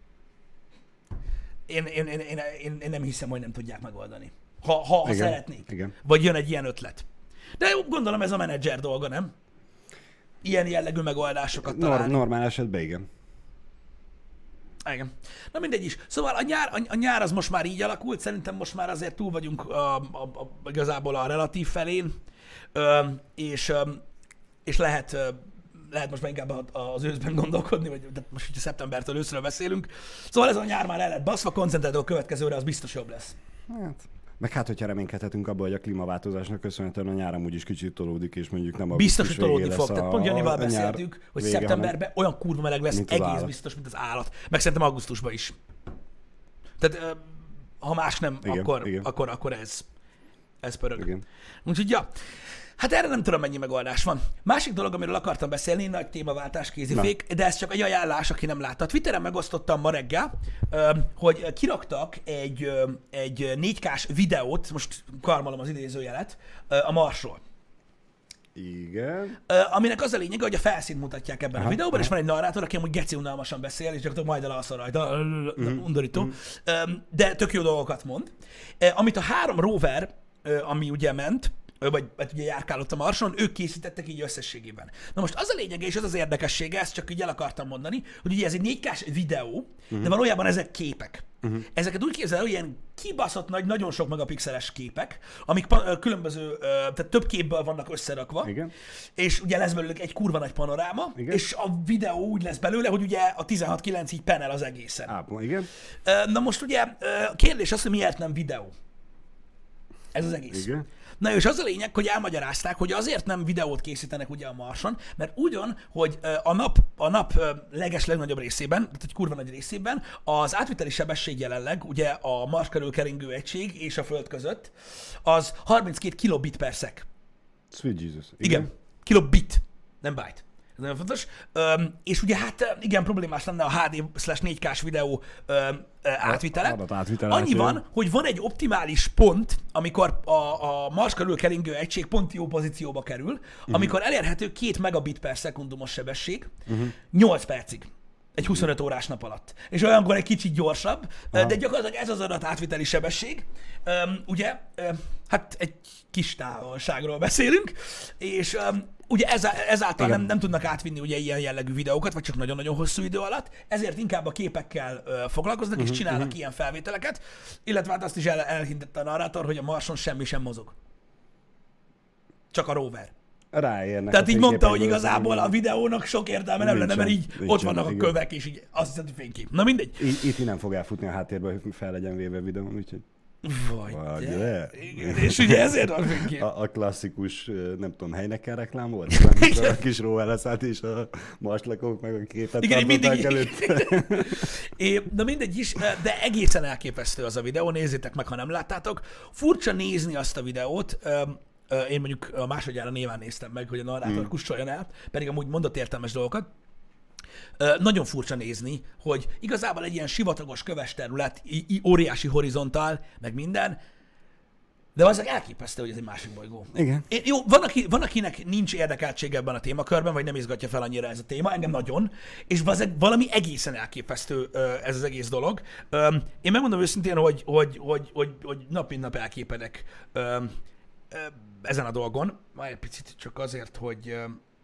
Speaker 1: Én, én, én, én, én, én nem hiszem, hogy nem tudják megoldani. Ha, ha, ha szeretnék. Igen. Vagy jön egy ilyen ötlet. De gondolom ez a menedzser dolga, nem? Ilyen jellegű megoldásokat
Speaker 2: Nor-
Speaker 1: találni.
Speaker 2: Normál esetben igen.
Speaker 1: Igen. Na mindegy is. Szóval a nyár, a, a nyár az most már így alakult, szerintem most már azért túl vagyunk a, a, a, igazából a relatív felén, ö, és, ö, és lehet, ö, lehet most már inkább az őszben gondolkodni, vagy de most, hogyha szeptembertől őszről beszélünk. Szóval ez a nyár már el lett baszva, koncentráltuk a következőre, az biztos jobb lesz.
Speaker 2: Hát. Meg hát, hogyha reménykedhetünk abban, hogy a klímaváltozásnak köszönhetően a nyár amúgy is kicsit tolódik, és mondjuk nem
Speaker 1: biztos, hogy tolódni fog. Tehát pont Janival beszéltük, hogy vége, szeptemberben olyan kurva meleg lesz, egész biztos, mint az állat. Meg szerintem augusztusban is. Tehát ha más nem, igen, akkor, igen. Akkor, akkor ez. Ez pörög. Igen. Úgyhogy ja. Hát erre nem tudom, mennyi megoldás van. Másik dolog, amiről akartam beszélni, nagy témaváltás, kézifék, na. De ez csak egy ajánlás, aki nem látta. Twitteren megosztottam ma reggel, hogy kiraktak egy, egy négy kás videót, most karmolom az idézőjelet, a Marsról.
Speaker 2: Igen.
Speaker 1: Aminek az a lényege, hogy a felszínt mutatják ebben aha, a videóban, aha. És van egy narrátor, aki amúgy geci unalmasan beszél, és gyakorlatilag majd elalszol rajta, mm-hmm. undorító, mm-hmm. De tök jó dolgokat mond. Amit a három rover, ami ugye ment, vagy hát ugye járkálott a Marson, ők készítettek így összességében. Na most az a lényege, és az az érdekessége, ezt csak így el akartam mondani, hogy ugye ez egy négy kás videó, uh-huh. de valójában ezek képek. Uh-huh. Ezeket úgy képzel, hogy ilyen kibaszott nagy, nagyon sok megapixeles képek, amik pa- különböző, tehát több képből vannak összerakva, igen. És ugye lesz belőle egy kurva nagy panoráma, igen. És a videó úgy lesz belőle, hogy ugye a tizenhat kilenc így panel az egészen.
Speaker 2: Á, igen.
Speaker 1: Na most ugye a kérdés az, hogy miért nem videó? Ez az egész. Igen. Na és az a lényeg, hogy elmagyarázták, hogy azért nem videót készítenek ugye a Marson, mert ugyan, hogy a nap, a nap leges legnagyobb részében, tehát egy kurva nagy részében, az átviteli sebesség jelenleg, ugye a Mars körül keringő egység és a Föld között, az harminckét kilobit per szek.
Speaker 2: Sweet Jesus.
Speaker 1: Igen. Igen. Kilobit, nem byte. Ez nagyon fontos. Üm, és ugye hát igen, problémás lenne a há dé slash négy kás videó üm, átvitele. Annyi van, hogy van egy optimális pont, amikor a, a Mars körül keringő egység pont jó pozícióba kerül, uh-huh. amikor elérhető két megabit per szekundumos sebesség, uh-huh. nyolc percig. Egy huszonöt órás nap alatt. És olyankor egy kicsit gyorsabb, aha. De gyakorlatilag ez az adat átviteli sebesség. Üm, ugye, üm, hát egy kis távolságról beszélünk, és üm, ugye ezáltal nem, nem tudnak átvinni ugye ilyen jellegű videókat, vagy csak nagyon-nagyon hosszú idő alatt, ezért inkább a képekkel ö, foglalkoznak, uh-huh, és csinálnak uh-huh. ilyen felvételeket, illetve hát azt is el, elhintette a narrátor, hogy a Marson semmi sem mozog. Csak a rover.
Speaker 2: Ráérnek.
Speaker 1: Tehát
Speaker 2: a
Speaker 1: így mondta, hogy
Speaker 2: fényképekből,
Speaker 1: igazából a
Speaker 2: hogy-
Speaker 1: videónak sok értelme nem lenne,
Speaker 2: Nincsen,
Speaker 1: mert így ott
Speaker 2: nincsen,
Speaker 1: vannak a
Speaker 2: igen.
Speaker 1: kövek, és így azt hiszed, hogy fénykép. Na mindegy.
Speaker 2: Itt, itt nem fog elfutni a háttérbe, hogy fel legyen véve videón, úgyhogy
Speaker 1: Vagy,
Speaker 2: Vagy
Speaker 1: de.
Speaker 2: de.
Speaker 1: Igen, és ugye ezért van fénykép.
Speaker 2: a, a klasszikus, nem tudom, helyneken reklám volt, amikor a kis Róa leszállt, és a maslakok meg a képet
Speaker 1: Igen, így
Speaker 2: tartották
Speaker 1: mindig-
Speaker 2: előtt.
Speaker 1: É, na mindegy is, de egészen elképesztő az a videó, nézzétek meg, ha nem láttátok. Furcsa nézni azt a videót, Öm, ö, én mondjuk a másodjára néván néztem meg, hogy a narrátor mm. kussoljon el, pedig amúgy mondott értelmes dolgokat. Ö, nagyon furcsa nézni, hogy igazából egy ilyen sivatagos köves terület, í- í- óriási horizontál, meg minden, de az elképesztő, hogy ez egy másik bolygó.
Speaker 2: Igen.
Speaker 1: Én, jó, van, aki, van, akinek nincs érdekeltsége ebben a témakörben, vagy nem izgatja fel annyira ez a téma, engem nagyon, és vazeg, valami egészen elképesztő ö, ez az egész dolog. Ö, én megmondom őszintén, hogy, hogy, hogy, hogy, hogy nap mint nap elképedek ö, ö, ezen a dolgon. Majd egy picit csak azért, hogy ö,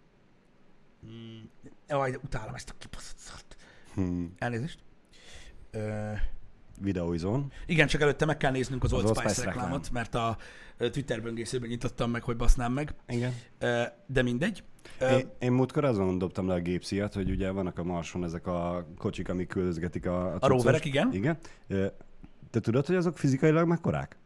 Speaker 1: mm, jaj, utálom ezt a kibaszott szart.
Speaker 2: Hmm.
Speaker 1: Elnézést. Ö,
Speaker 2: Videóizón.
Speaker 1: igen, csak előtte meg kell néznünk az, az Old Spice,
Speaker 2: Spice
Speaker 1: reklámot, mert a ö, Twitter böngészőben nyitottam meg, hogy basznám meg.
Speaker 2: Igen.
Speaker 1: Ö, de mindegy. Ö,
Speaker 2: Én, én múltkor azon dobtam le a gépszíjat, hogy ugye vannak a Marson ezek a kocsik, amik küldözgetik a, a cuccos.
Speaker 1: roverek, igen.
Speaker 2: Igen. Ö, Te tudod, hogy azok fizikailag mekkorák?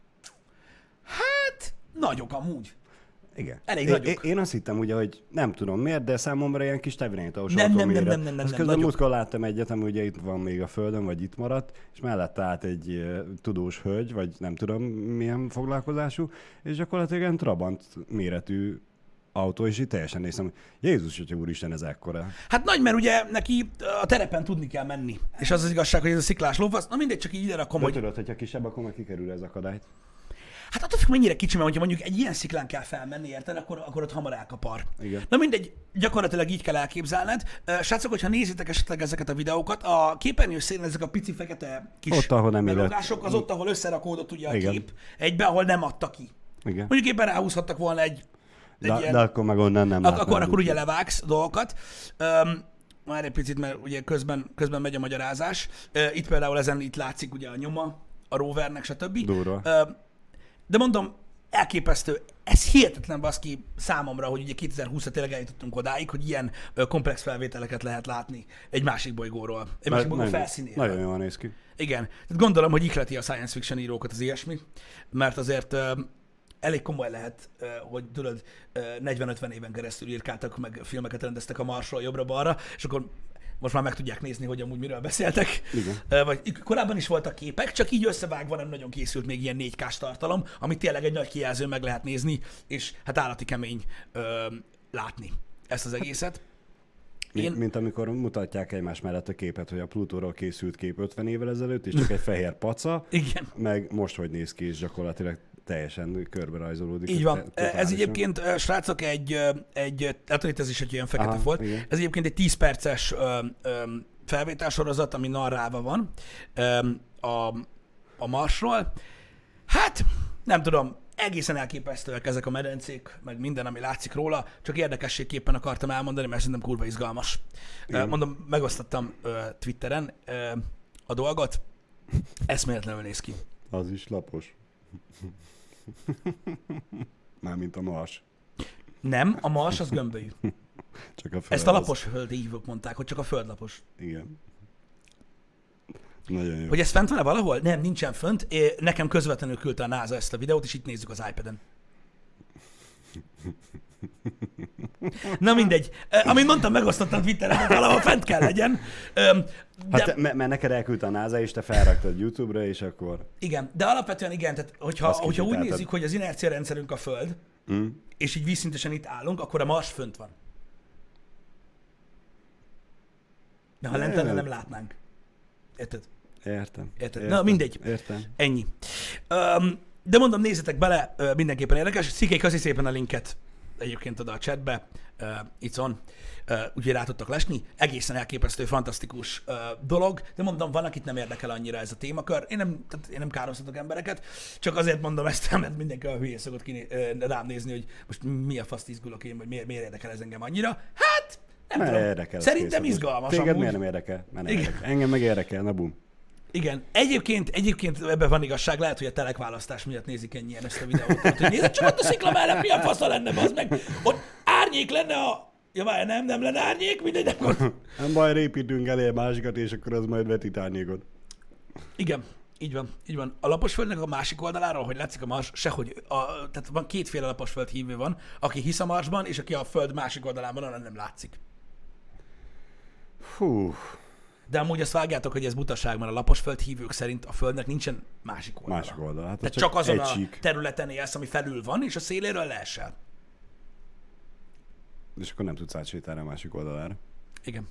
Speaker 1: Hát, nagyok amúgy.
Speaker 2: Igen.
Speaker 1: Elég
Speaker 2: én,
Speaker 1: nagyok.
Speaker 2: Én azt hittem ugye, hogy nem tudom miért, de számomra ilyen kis tevinányítós
Speaker 1: Nem, nem, nem,
Speaker 2: autóméret.
Speaker 1: nem, nem, nem,
Speaker 2: Azt
Speaker 1: nem,
Speaker 2: közben
Speaker 1: nagyok.
Speaker 2: múltkor láttam egyet, ami ugye itt van még a földön, vagy itt maradt, és mellette állt egy uh, tudós hölgy, vagy nem tudom milyen foglalkozású, és gyakorlatilag ilyen Trabant méretű autó, és itt teljesen néztem, hogy Jézus, hogyha úristen, ez ekkora.
Speaker 1: Hát nagy, mert ugye neki a terepen tudni kell menni. És az az igazság, hogy ez a sziklás lófasz, na mindegy, csak így ide rakom,
Speaker 2: De
Speaker 1: hogy...
Speaker 2: tudod, hogyha kisebb, akkor meg kikerül ez akadályt.
Speaker 1: Hát attól függ, mennyire kicsi, mert hogyha mondjuk egy ilyen sziklán kell felmenni, érted, akkor, akkor ott hamar elkapar.
Speaker 2: Igen.
Speaker 1: Na mindegy, gyakorlatilag így kell elképzelned. Ö, Srácok, hogyha nézitek esetleg ezeket a videókat, a képernyő szélén ezek a pici fekete kis
Speaker 2: Ott, ahol nem
Speaker 1: belogások, az ott, ahol összerakódott ugye a
Speaker 2: Igen.
Speaker 1: kép, egybe, ahol nem adta ki.
Speaker 2: Igen.
Speaker 1: Mondjuk éppen ráhúzhattak volna egy, egy
Speaker 2: De,
Speaker 1: ilyen...
Speaker 2: de akkor meg onnan nem
Speaker 1: Ak-
Speaker 2: látnám,
Speaker 1: akkor, akkor
Speaker 2: úgy.
Speaker 1: ugye levágsz dolgokat. Um, már egy picit, mert ugye közben, közben megy a magyarázás. Uh, itt például ezen itt látszik ugye a nyoma a rovernek, stb.
Speaker 2: Durva.
Speaker 1: Uh, de mondom, elképesztő. Ez hihetetlen baszki számomra, hogy ugye kétezer-húszra tényleg eljutottunk odáig, hogy ilyen uh, komplex felvételeket lehet látni egy másik bolygóról. Egy másik bolygó
Speaker 2: Nagyon-
Speaker 1: felszínéről.
Speaker 2: Nagyon jól néz ki.
Speaker 1: Igen. Tehát gondolom, hogy ihleti a science fiction írókat az ilyesmi, mert azért uh, elég komoly lehet, uh, hogy tudod, uh, negyven-ötven éven keresztül írkáltak, meg filmeket rendeztek a Marsról jobbra-balra, és akkor most már meg tudják nézni, hogy amúgy miről beszéltek.
Speaker 2: Igen.
Speaker 1: Uh, vagy korábban is voltak képek, csak így összevágva nem nagyon készült még ilyen négy kás tartalom, amit tényleg egy nagy kijelzőn meg lehet nézni, és hát állati kemény uh, látni ezt az egészet.
Speaker 2: Én...
Speaker 1: Én-
Speaker 2: Mint amikor mutatják egymás mellett a képet, hogy a Plutóról készült kép ötven évvel ezelőtt, és csak egy fehér paca,
Speaker 1: Igen.
Speaker 2: meg most hogy néz ki, és gyakorlatilag teljesen körbe rajzolódik.
Speaker 1: Így van.
Speaker 2: Totálisan.
Speaker 1: Ez egyébként, ö, srácok, egy, ö, egy hát itt ez is egy olyan fekete
Speaker 2: Aha,
Speaker 1: volt.
Speaker 2: igen.
Speaker 1: Ez egyébként egy tíz perces ö, ö, felvételsorozat, ami narrálva van ö, a, a Marsról. Hát, nem tudom, egészen elképesztőek ezek a medencék, meg minden, ami látszik róla, csak érdekességképpen akartam elmondani, mert szerintem kurva izgalmas. Ö,
Speaker 2: Igen.
Speaker 1: Mondom, megosztottam ö, Twitteren ö, a dolgot, eszméletlenül néz ki.
Speaker 2: Az is lapos. Mármint a Mars.
Speaker 1: Nem, a Mars az gömbölyű.
Speaker 2: Csak a föld
Speaker 1: Ezt a
Speaker 2: az-
Speaker 1: lapos földi hívók mondták, hogy csak a föld lapos.
Speaker 2: Igen. Nagyon jó.
Speaker 1: Hogy ez fent van-e valahol? Nem, nincsen fönt. É, Nekem közvetlenül küldte a NASA ezt a videót, és itt nézzük az iPad-en. Na mindegy. Ö, Amint mondtam, megosztottam Twitteren, hogy valahol fent kell legyen. Öm, De,
Speaker 2: Hát mert me- neked elküldte a NASA, és te felraktad YouTube-ra, és akkor...
Speaker 1: igen, de alapvetően igen, tehát hogyha,
Speaker 2: Azt
Speaker 1: hogyha úgy
Speaker 2: kicsit
Speaker 1: nézzük, hogy az inercia rendszerünk a Föld,
Speaker 2: Mm.
Speaker 1: és így vízszintesen itt állunk, akkor a Mars fönt van. De ha lent lenne, nem látnánk. Érted?
Speaker 2: Értem.
Speaker 1: Érted?
Speaker 2: Értem.
Speaker 1: Na, mindegy.
Speaker 2: Értem.
Speaker 1: Ennyi. Um, de mondom, nézzetek bele, uh, mindenképpen érdekes. Szikei, köszi szépen a linket egyébként oda a chatbe. Uh, it's on. Uh, úgyhogy rá tudtok lesni. Egészen elképesztő, fantasztikus uh, dolog, de mondom, van, akit nem érdekel annyira ez a témakör. Én nem, tehát én nem károztatok embereket, csak azért mondom ezt, mert mindenki a hülyén szokott kiné, uh, rám nézni, hogy most mi a faszt izgulok én, vagy miért, miért érdekel ez engem annyira. Hát, nem
Speaker 2: Mert
Speaker 1: tudom.
Speaker 2: érdekel.
Speaker 1: Szerintem
Speaker 2: kész,
Speaker 1: izgalmas
Speaker 2: Téged
Speaker 1: amúgy.
Speaker 2: miért nem érdekel? Mert nem
Speaker 1: Igen.
Speaker 2: érdekel. Engem meg érdekel, na bum.
Speaker 1: Igen. Egyébként, egyébként ebben van igazság, lehet, hogy a telekválasztás miatt nézik ennyien ezt a videót. Tehát, hogy nézd csak ott a szikla mellett, milyen fasza lenne, az meg. Ott árnyék lenne a... Ja, várj, nem, nem lenne árnyék, mindegy, nem gond.
Speaker 2: Nem baj, építünk elé a másikat, és akkor az majd vetít árnyékot.
Speaker 1: Igen, így van, így van. A laposföldnek a másik oldaláról, hogy látszik a Mars, sehogy, a, tehát van kétféle laposföld hívő van, aki hisz a Marsban, és aki a föld másik oldalán van, nem látszik.
Speaker 2: Hú,
Speaker 1: De amúgy azt vágjátok, hogy ez butaság, mert a laposföld hívők szerint a földnek nincsen másik oldala.
Speaker 2: másik oldal. Hát
Speaker 1: Tehát
Speaker 2: az
Speaker 1: csak azon
Speaker 2: egy
Speaker 1: a
Speaker 2: sík.
Speaker 1: területen élsz, ami felül van, és a széléről leesel.
Speaker 2: És akkor nem tudsz átsétálni a másik oldalára.
Speaker 1: Igen.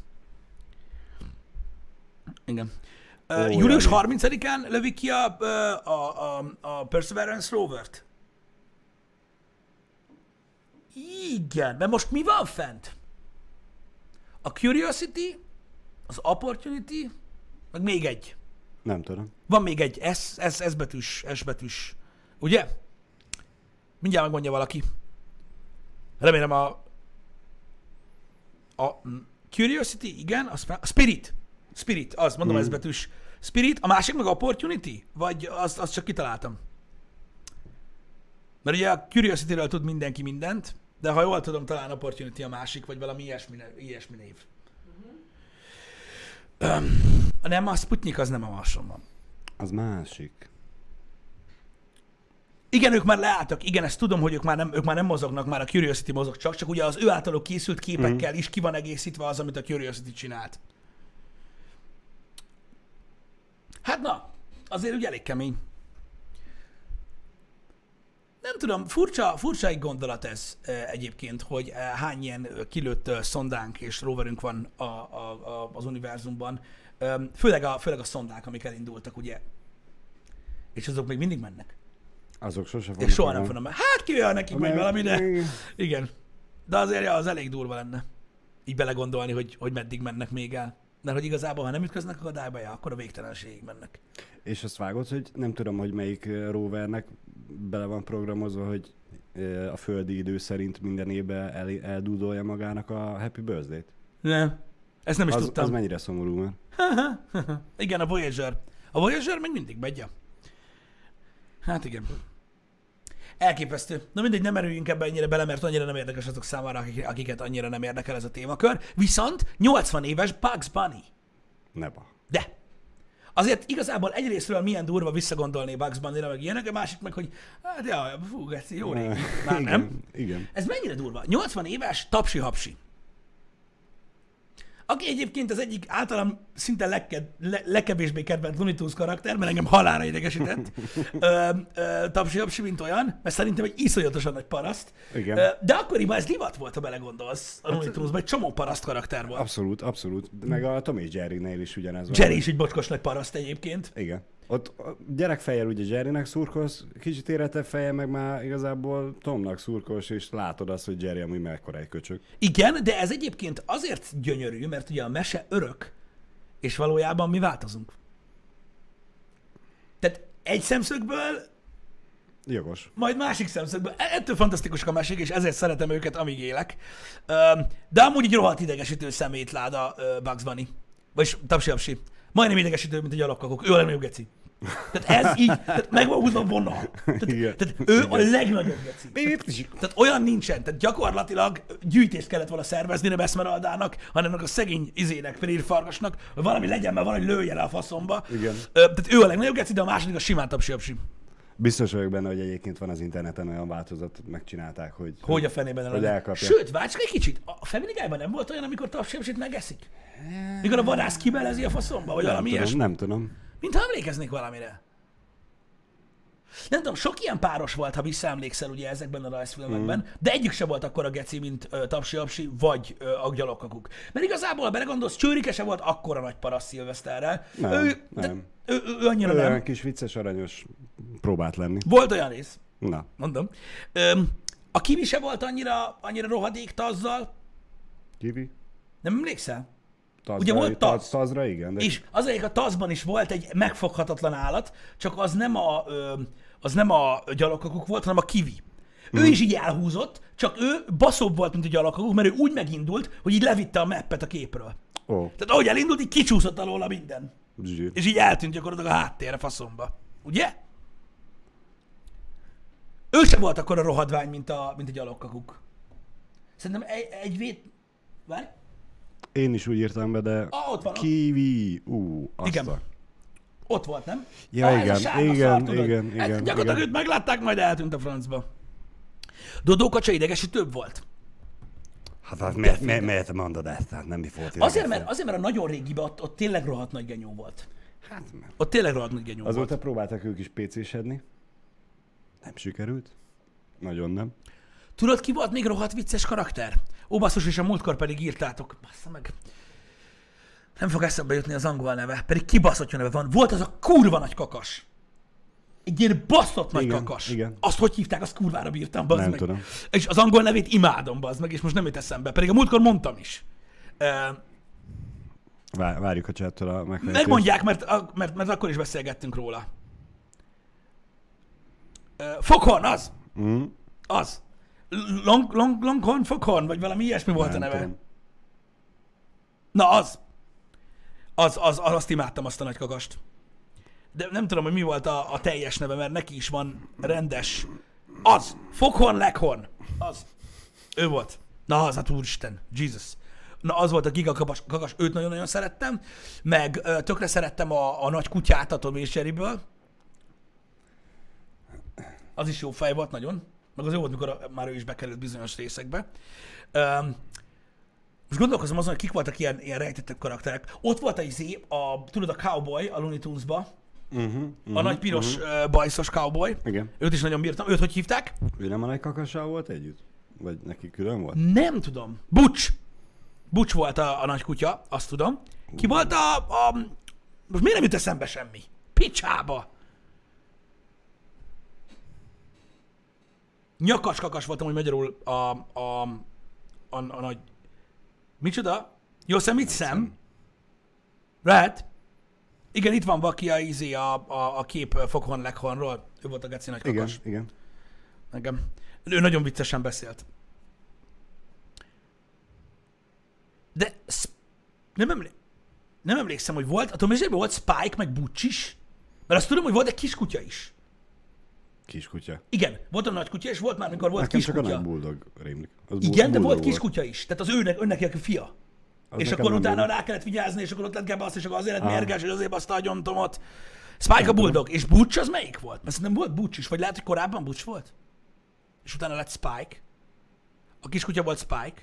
Speaker 1: Igen.
Speaker 2: Ó,
Speaker 1: Uh, július
Speaker 2: Jani.
Speaker 1: harmincadikán lövik ki a, a, a, a Perseverance rovert. Igen, mert most mi van fent? A Curiosity, az Opportunity, meg még egy.
Speaker 2: Nem tudom.
Speaker 1: Van még egy S, S, S betűs, S betűs. Ugye? Mindjárt megmondja valaki. Remélem a... A Curiosity, igen, az, a Spirit. Spirit, az, mondom,
Speaker 2: Hmm.
Speaker 1: S betűs. Spirit, a másik meg Opportunity? Vagy azt, azt csak kitaláltam? Mert ugye a Curiosity-ről tud mindenki mindent, de ha jól tudom, talán Opportunity a másik, vagy valami ilyesmi, ilyesmi név. Öm, nem, a Sputnik az nem a Marson van.
Speaker 2: Az másik.
Speaker 1: Igen, ők már leálltak, igen, ezt tudom, hogy ők már nem, ők már nem mozognak, már a Curiosity mozog csak, csak ugye az ő általuk készült képekkel is ki van egészítve az, amit a Curiosity csinált. Hát na, azért ugye elég kemény. Nem tudom, furcsa, furcsa egy gondolat ez e, egyébként, hogy e, hány ilyen ö, kilőtt ö, szondánk és roverünk van a, a, a, az univerzumban. Ö, főleg, a, főleg a szondák, amik elindultak, ugye. És azok még mindig mennek.
Speaker 2: Azok sose
Speaker 1: És
Speaker 2: fognak.
Speaker 1: soha nem fognak menni. Hát kivel nekik majd
Speaker 2: Meg-
Speaker 1: valami, de
Speaker 2: Igen.
Speaker 1: igen. De azért ja, az elég durva lenne. Így belegondolni, hogy, hogy meddig mennek még el. Mert hogy igazából, ha nem ütköznek akadályba, ja, akkor a végtelenségig mennek.
Speaker 2: És azt vágod, hogy nem tudom, hogy melyik ö, rovernek bele van programozva, hogy ö, a földi idő szerint minden évben el, eldúdolja magának a Happy Birthday-t.
Speaker 1: Nem. Ezt nem is
Speaker 2: Az,
Speaker 1: tudtam.
Speaker 2: az mennyire szomorú, mert
Speaker 1: Igen, a Voyager. A Voyager még mindig megy. Ja. Hát igen. Elképesztő. Na mindegy, nem merüljünk ebbe ennyire bele, mert annyira nem érdekes azok számára, akik, akiket annyira nem érdekel ez a témakör. Viszont nyolcvan éves Bugs Bunny.
Speaker 2: ne ba.
Speaker 1: De. Azért igazából egyrésztről milyen durva visszagondolni Bugs Bunny-ra, meg ilyenek, a másik meg, hogy hát ja, fú, geci, jó régi. Már
Speaker 2: igen,
Speaker 1: nem.
Speaker 2: Igen.
Speaker 1: Ez mennyire durva? nyolcvan éves tapsi-hapsi. Aki egyébként az egyik általam szinte legke, le, legkevésbé kedvelt Looney Tunes karakter, mert engem halálra idegesített, ö, ö, tapsi-hapsi, mint olyan, mert szerintem egy iszonyatosan nagy paraszt.
Speaker 2: Igen.
Speaker 1: Ö, de akkoriban ez divat volt, ha belegondolsz a Looney Tunesban, egy csomó paraszt karakter volt.
Speaker 2: Abszolút, abszolút. Meg a Tom és Jerrynél is ugyanez van.
Speaker 1: Jerry is egy bocskos nagy paraszt egyébként.
Speaker 2: Igen. Ott a gyerekfejjel ugye Jerrynek szurkolsz, kicsit érettebb feje meg már igazából Tomnak szurkolsz, és látod azt, hogy Jerry amúgy mekkora egy köcsög.
Speaker 1: Igen, de ez egyébként azért gyönyörű, mert ugye a mese örök, és valójában mi változunk. Tehát egy szemszögből,
Speaker 2: Jogos.
Speaker 1: majd másik szemszögből. E- Ettől fantasztikusak a mesék, és ezért szeretem őket, amíg élek. Öm, De amúgy egy rohadt idegesítő szemétláda ö, Bugs Bunny. Vagyis tapsi-apsi. Majdnem idegesítő, mint egy alapkakok. Ő a legnagyobb geci. Tehát ez így, tehát meg van húzva vonal. Tehát,
Speaker 2: Igen.
Speaker 1: tehát ő a legnagyobb geci. Tehát olyan nincsen, tehát gyakorlatilag gyűjtést kellett volna szervezni, nem Esmeraldának, hanem annak a szegény izének, Ferírfarkasnak, hogy valami legyen, mert valami lője le a faszomba.
Speaker 2: Igen.
Speaker 1: Ö, Tehát ő a legnagyobb geci, de a második a simán tapsi-apsi.
Speaker 2: Biztos vagyok benne, hogy egyébként van az interneten olyan változat, megcsinálták, hogy...
Speaker 1: Hogy a fenében
Speaker 2: Hogy
Speaker 1: lenne.
Speaker 2: elkapja.
Speaker 1: Sőt, várj csak egy kicsit, a Family Guy-ban nem volt olyan, amikor tapsi-apsit megeszik? Mikor a vadász kibelezi a faszomba, vagy
Speaker 2: nem
Speaker 1: valami
Speaker 2: tudom,
Speaker 1: ilyesmi?
Speaker 2: nem tudom.
Speaker 1: Mintha emlékeznék valamire. Nem tudom, sok ilyen páros volt, ha visszaemlékszel ugye ezekben a rajzfilmekben, mm. de egyik se volt akkor a geci, mint uh, Tapsi-apsi, vagy uh, a gyalogkakuk. Mert igazából, ha belegondolsz, Csőrike se volt akkora nagy paraszt Szilveszterrel.
Speaker 2: Nem,
Speaker 1: ő,
Speaker 2: nem.
Speaker 1: De, ő, ő, ő annyira
Speaker 2: Olyan
Speaker 1: nem.
Speaker 2: kis vicces, aranyos próbált lenni.
Speaker 1: Volt olyan rész,
Speaker 2: Na,
Speaker 1: mondom. Öm, a Kiwi se volt annyira, annyira rohadék tazzal.
Speaker 2: Kiwi?
Speaker 1: Nem emlékszel?
Speaker 2: Tazra,
Speaker 1: Ugye volt taz?
Speaker 2: taz? Tazra, igen. De
Speaker 1: És az egyik a tazban is volt egy megfoghatatlan állat, csak az nem a, ö, az nem a gyalogkakuk volt, hanem a kiwi. Ő is így elhúzott, csak ő baszóbb volt, mint a gyalogkakuk, mert ő úgy megindult, hogy így levitte a mappet a képről.
Speaker 2: Ó,
Speaker 1: Tehát ahogy elindult, így kicsúszott alóla minden.
Speaker 2: zsír.
Speaker 1: És így eltűnt gyakorlatilag a háttérre faszomba. Ugye? Ő sem volt akkor a rohadvány, mint a, mint a gyalogkakuk. Szerintem egy, egy vét... Várj?
Speaker 2: Én is úgy írtam be, de
Speaker 1: Ah, ott van.
Speaker 2: kiwi, ú, azt
Speaker 1: Igen.
Speaker 2: a...
Speaker 1: Ott volt, nem?
Speaker 2: Ja,
Speaker 1: Ah, ez a
Speaker 2: igen,
Speaker 1: sárga
Speaker 2: igen,
Speaker 1: szar, tudod?
Speaker 2: igen,
Speaker 1: Hát
Speaker 2: igen,
Speaker 1: gyakorlatilag
Speaker 2: igen.
Speaker 1: őt meglátták, majd eltűnt a francba. Dodó kacsa idegesítőbb volt.
Speaker 2: Hát az miért, miért, miért mondod ezt? Hát nem mi volt
Speaker 1: Azért mert, azért, mert a nagyon régiben ott, ott tényleg rohadt nagy genyó volt.
Speaker 2: Hát,
Speaker 1: Ott tényleg rohadt nagy genyó
Speaker 2: azóta
Speaker 1: volt.
Speaker 2: próbáltak ők is pécésedni. Nem sikerült. Nagyon nem.
Speaker 1: Tudod, ki volt még rohadt vicces karakter? Ó, basszus, és a múltkor pedig írtátok. Bassza meg. Nem fog eszembe jutni az angol neve, pedig kibaszott jó neve van. Volt az a kurva nagy kakas. Egy ilyen baszott nagy
Speaker 2: Igen,
Speaker 1: kakas.
Speaker 2: igen.
Speaker 1: Azt hogy hívták, azt kurvára bírtam, bazd
Speaker 2: Nem
Speaker 1: meg.
Speaker 2: tudom.
Speaker 1: És az angol nevét imádom, bazd meg, és most nem jut eszembe. Pedig a múltkor mondtam is. Uh,
Speaker 2: Vár, várjuk a csattól a megfejtést.
Speaker 1: megmondják, mert, a- mert, mert akkor is beszélgettünk róla. Uh, Foghorn, az!
Speaker 2: Mm,
Speaker 1: Az. Long, long, Longhorn Foghorn, vagy valami ilyesmi volt
Speaker 2: nem
Speaker 1: a neve.
Speaker 2: tudom.
Speaker 1: Na, az. Az, az, az. Azt imádtam, azt a nagy kakast. De nem tudom, hogy mi volt a, a teljes neve, mert neki is van rendes. Az. Foghorn Leghorn. Az. Ő volt. Na, az, hát úristen. Jesus. Na, az volt a giga kakas, kakas. Őt nagyon-nagyon szerettem. Meg ö, tökre szerettem a, a nagy kutyát a Tom és Jerryből. Az is jó fej volt nagyon. Meg az jó volt, mikor a, már ő is bekerült bizonyos részekbe. Um, most gondolkozom azon, hogy kik voltak ilyen, ilyen rejtettebb karakterek. Ott volt a izé, a, tudod, a cowboy a Looney Tunes-ba.
Speaker 2: Uh-huh, uh-huh,
Speaker 1: A nagy piros uh-huh. bajszos cowboy.
Speaker 2: Igen.
Speaker 1: Őt is nagyon bírtam. Őt hogy hívták?
Speaker 2: Ő nem a nagy kakassal volt együtt? Vagy neki külön volt?
Speaker 1: Nem tudom. Butch. Butch volt a, a nagy kutya, azt tudom. Ki volt a, a... Most miért nem jut eszembe semmi? Picsába. Nyakas kakas voltam, hogy magyarul a, a, a, a nagy... Micsoda? Yosemite Sam? Lehet. Igen, itt van Vaki a, izé, a, a, a kép Foghorn Leghornról. Ő volt a geci nagy kakas.
Speaker 2: Igen, igen.
Speaker 1: Engem. Ő nagyon viccesen beszélt. De sz- nem, emlé- nem emlékszem, hogy volt, a Tom és Jerryben volt Spike, meg Butch is. Mert azt tudom, hogy volt egy kiskutya is.
Speaker 2: Kiskutya.
Speaker 1: Igen, volt a nagy kutya, és volt már, mikor volt
Speaker 2: Nekem csak a
Speaker 1: kiskutya.
Speaker 2: nagy buldog rémlik. Az bu-
Speaker 1: Igen, de
Speaker 2: buldog
Speaker 1: volt kiskutya is. Tehát az őnek, önnek a fia.
Speaker 2: Az
Speaker 1: És
Speaker 2: nekem
Speaker 1: akkor
Speaker 2: nem
Speaker 1: utána
Speaker 2: buldog.
Speaker 1: rá kellett vigyázni, és akkor ott lett gebasz, és akkor azért lett
Speaker 2: Ah.
Speaker 1: mérges, és azért baszta a gyomtomot. Spike a Bulldog. És Butch az melyik volt? Mert szerintem volt Butch is, vagy lehet, hogy korábban Butch volt? És utána lett Spike. A kiskutya volt Spike.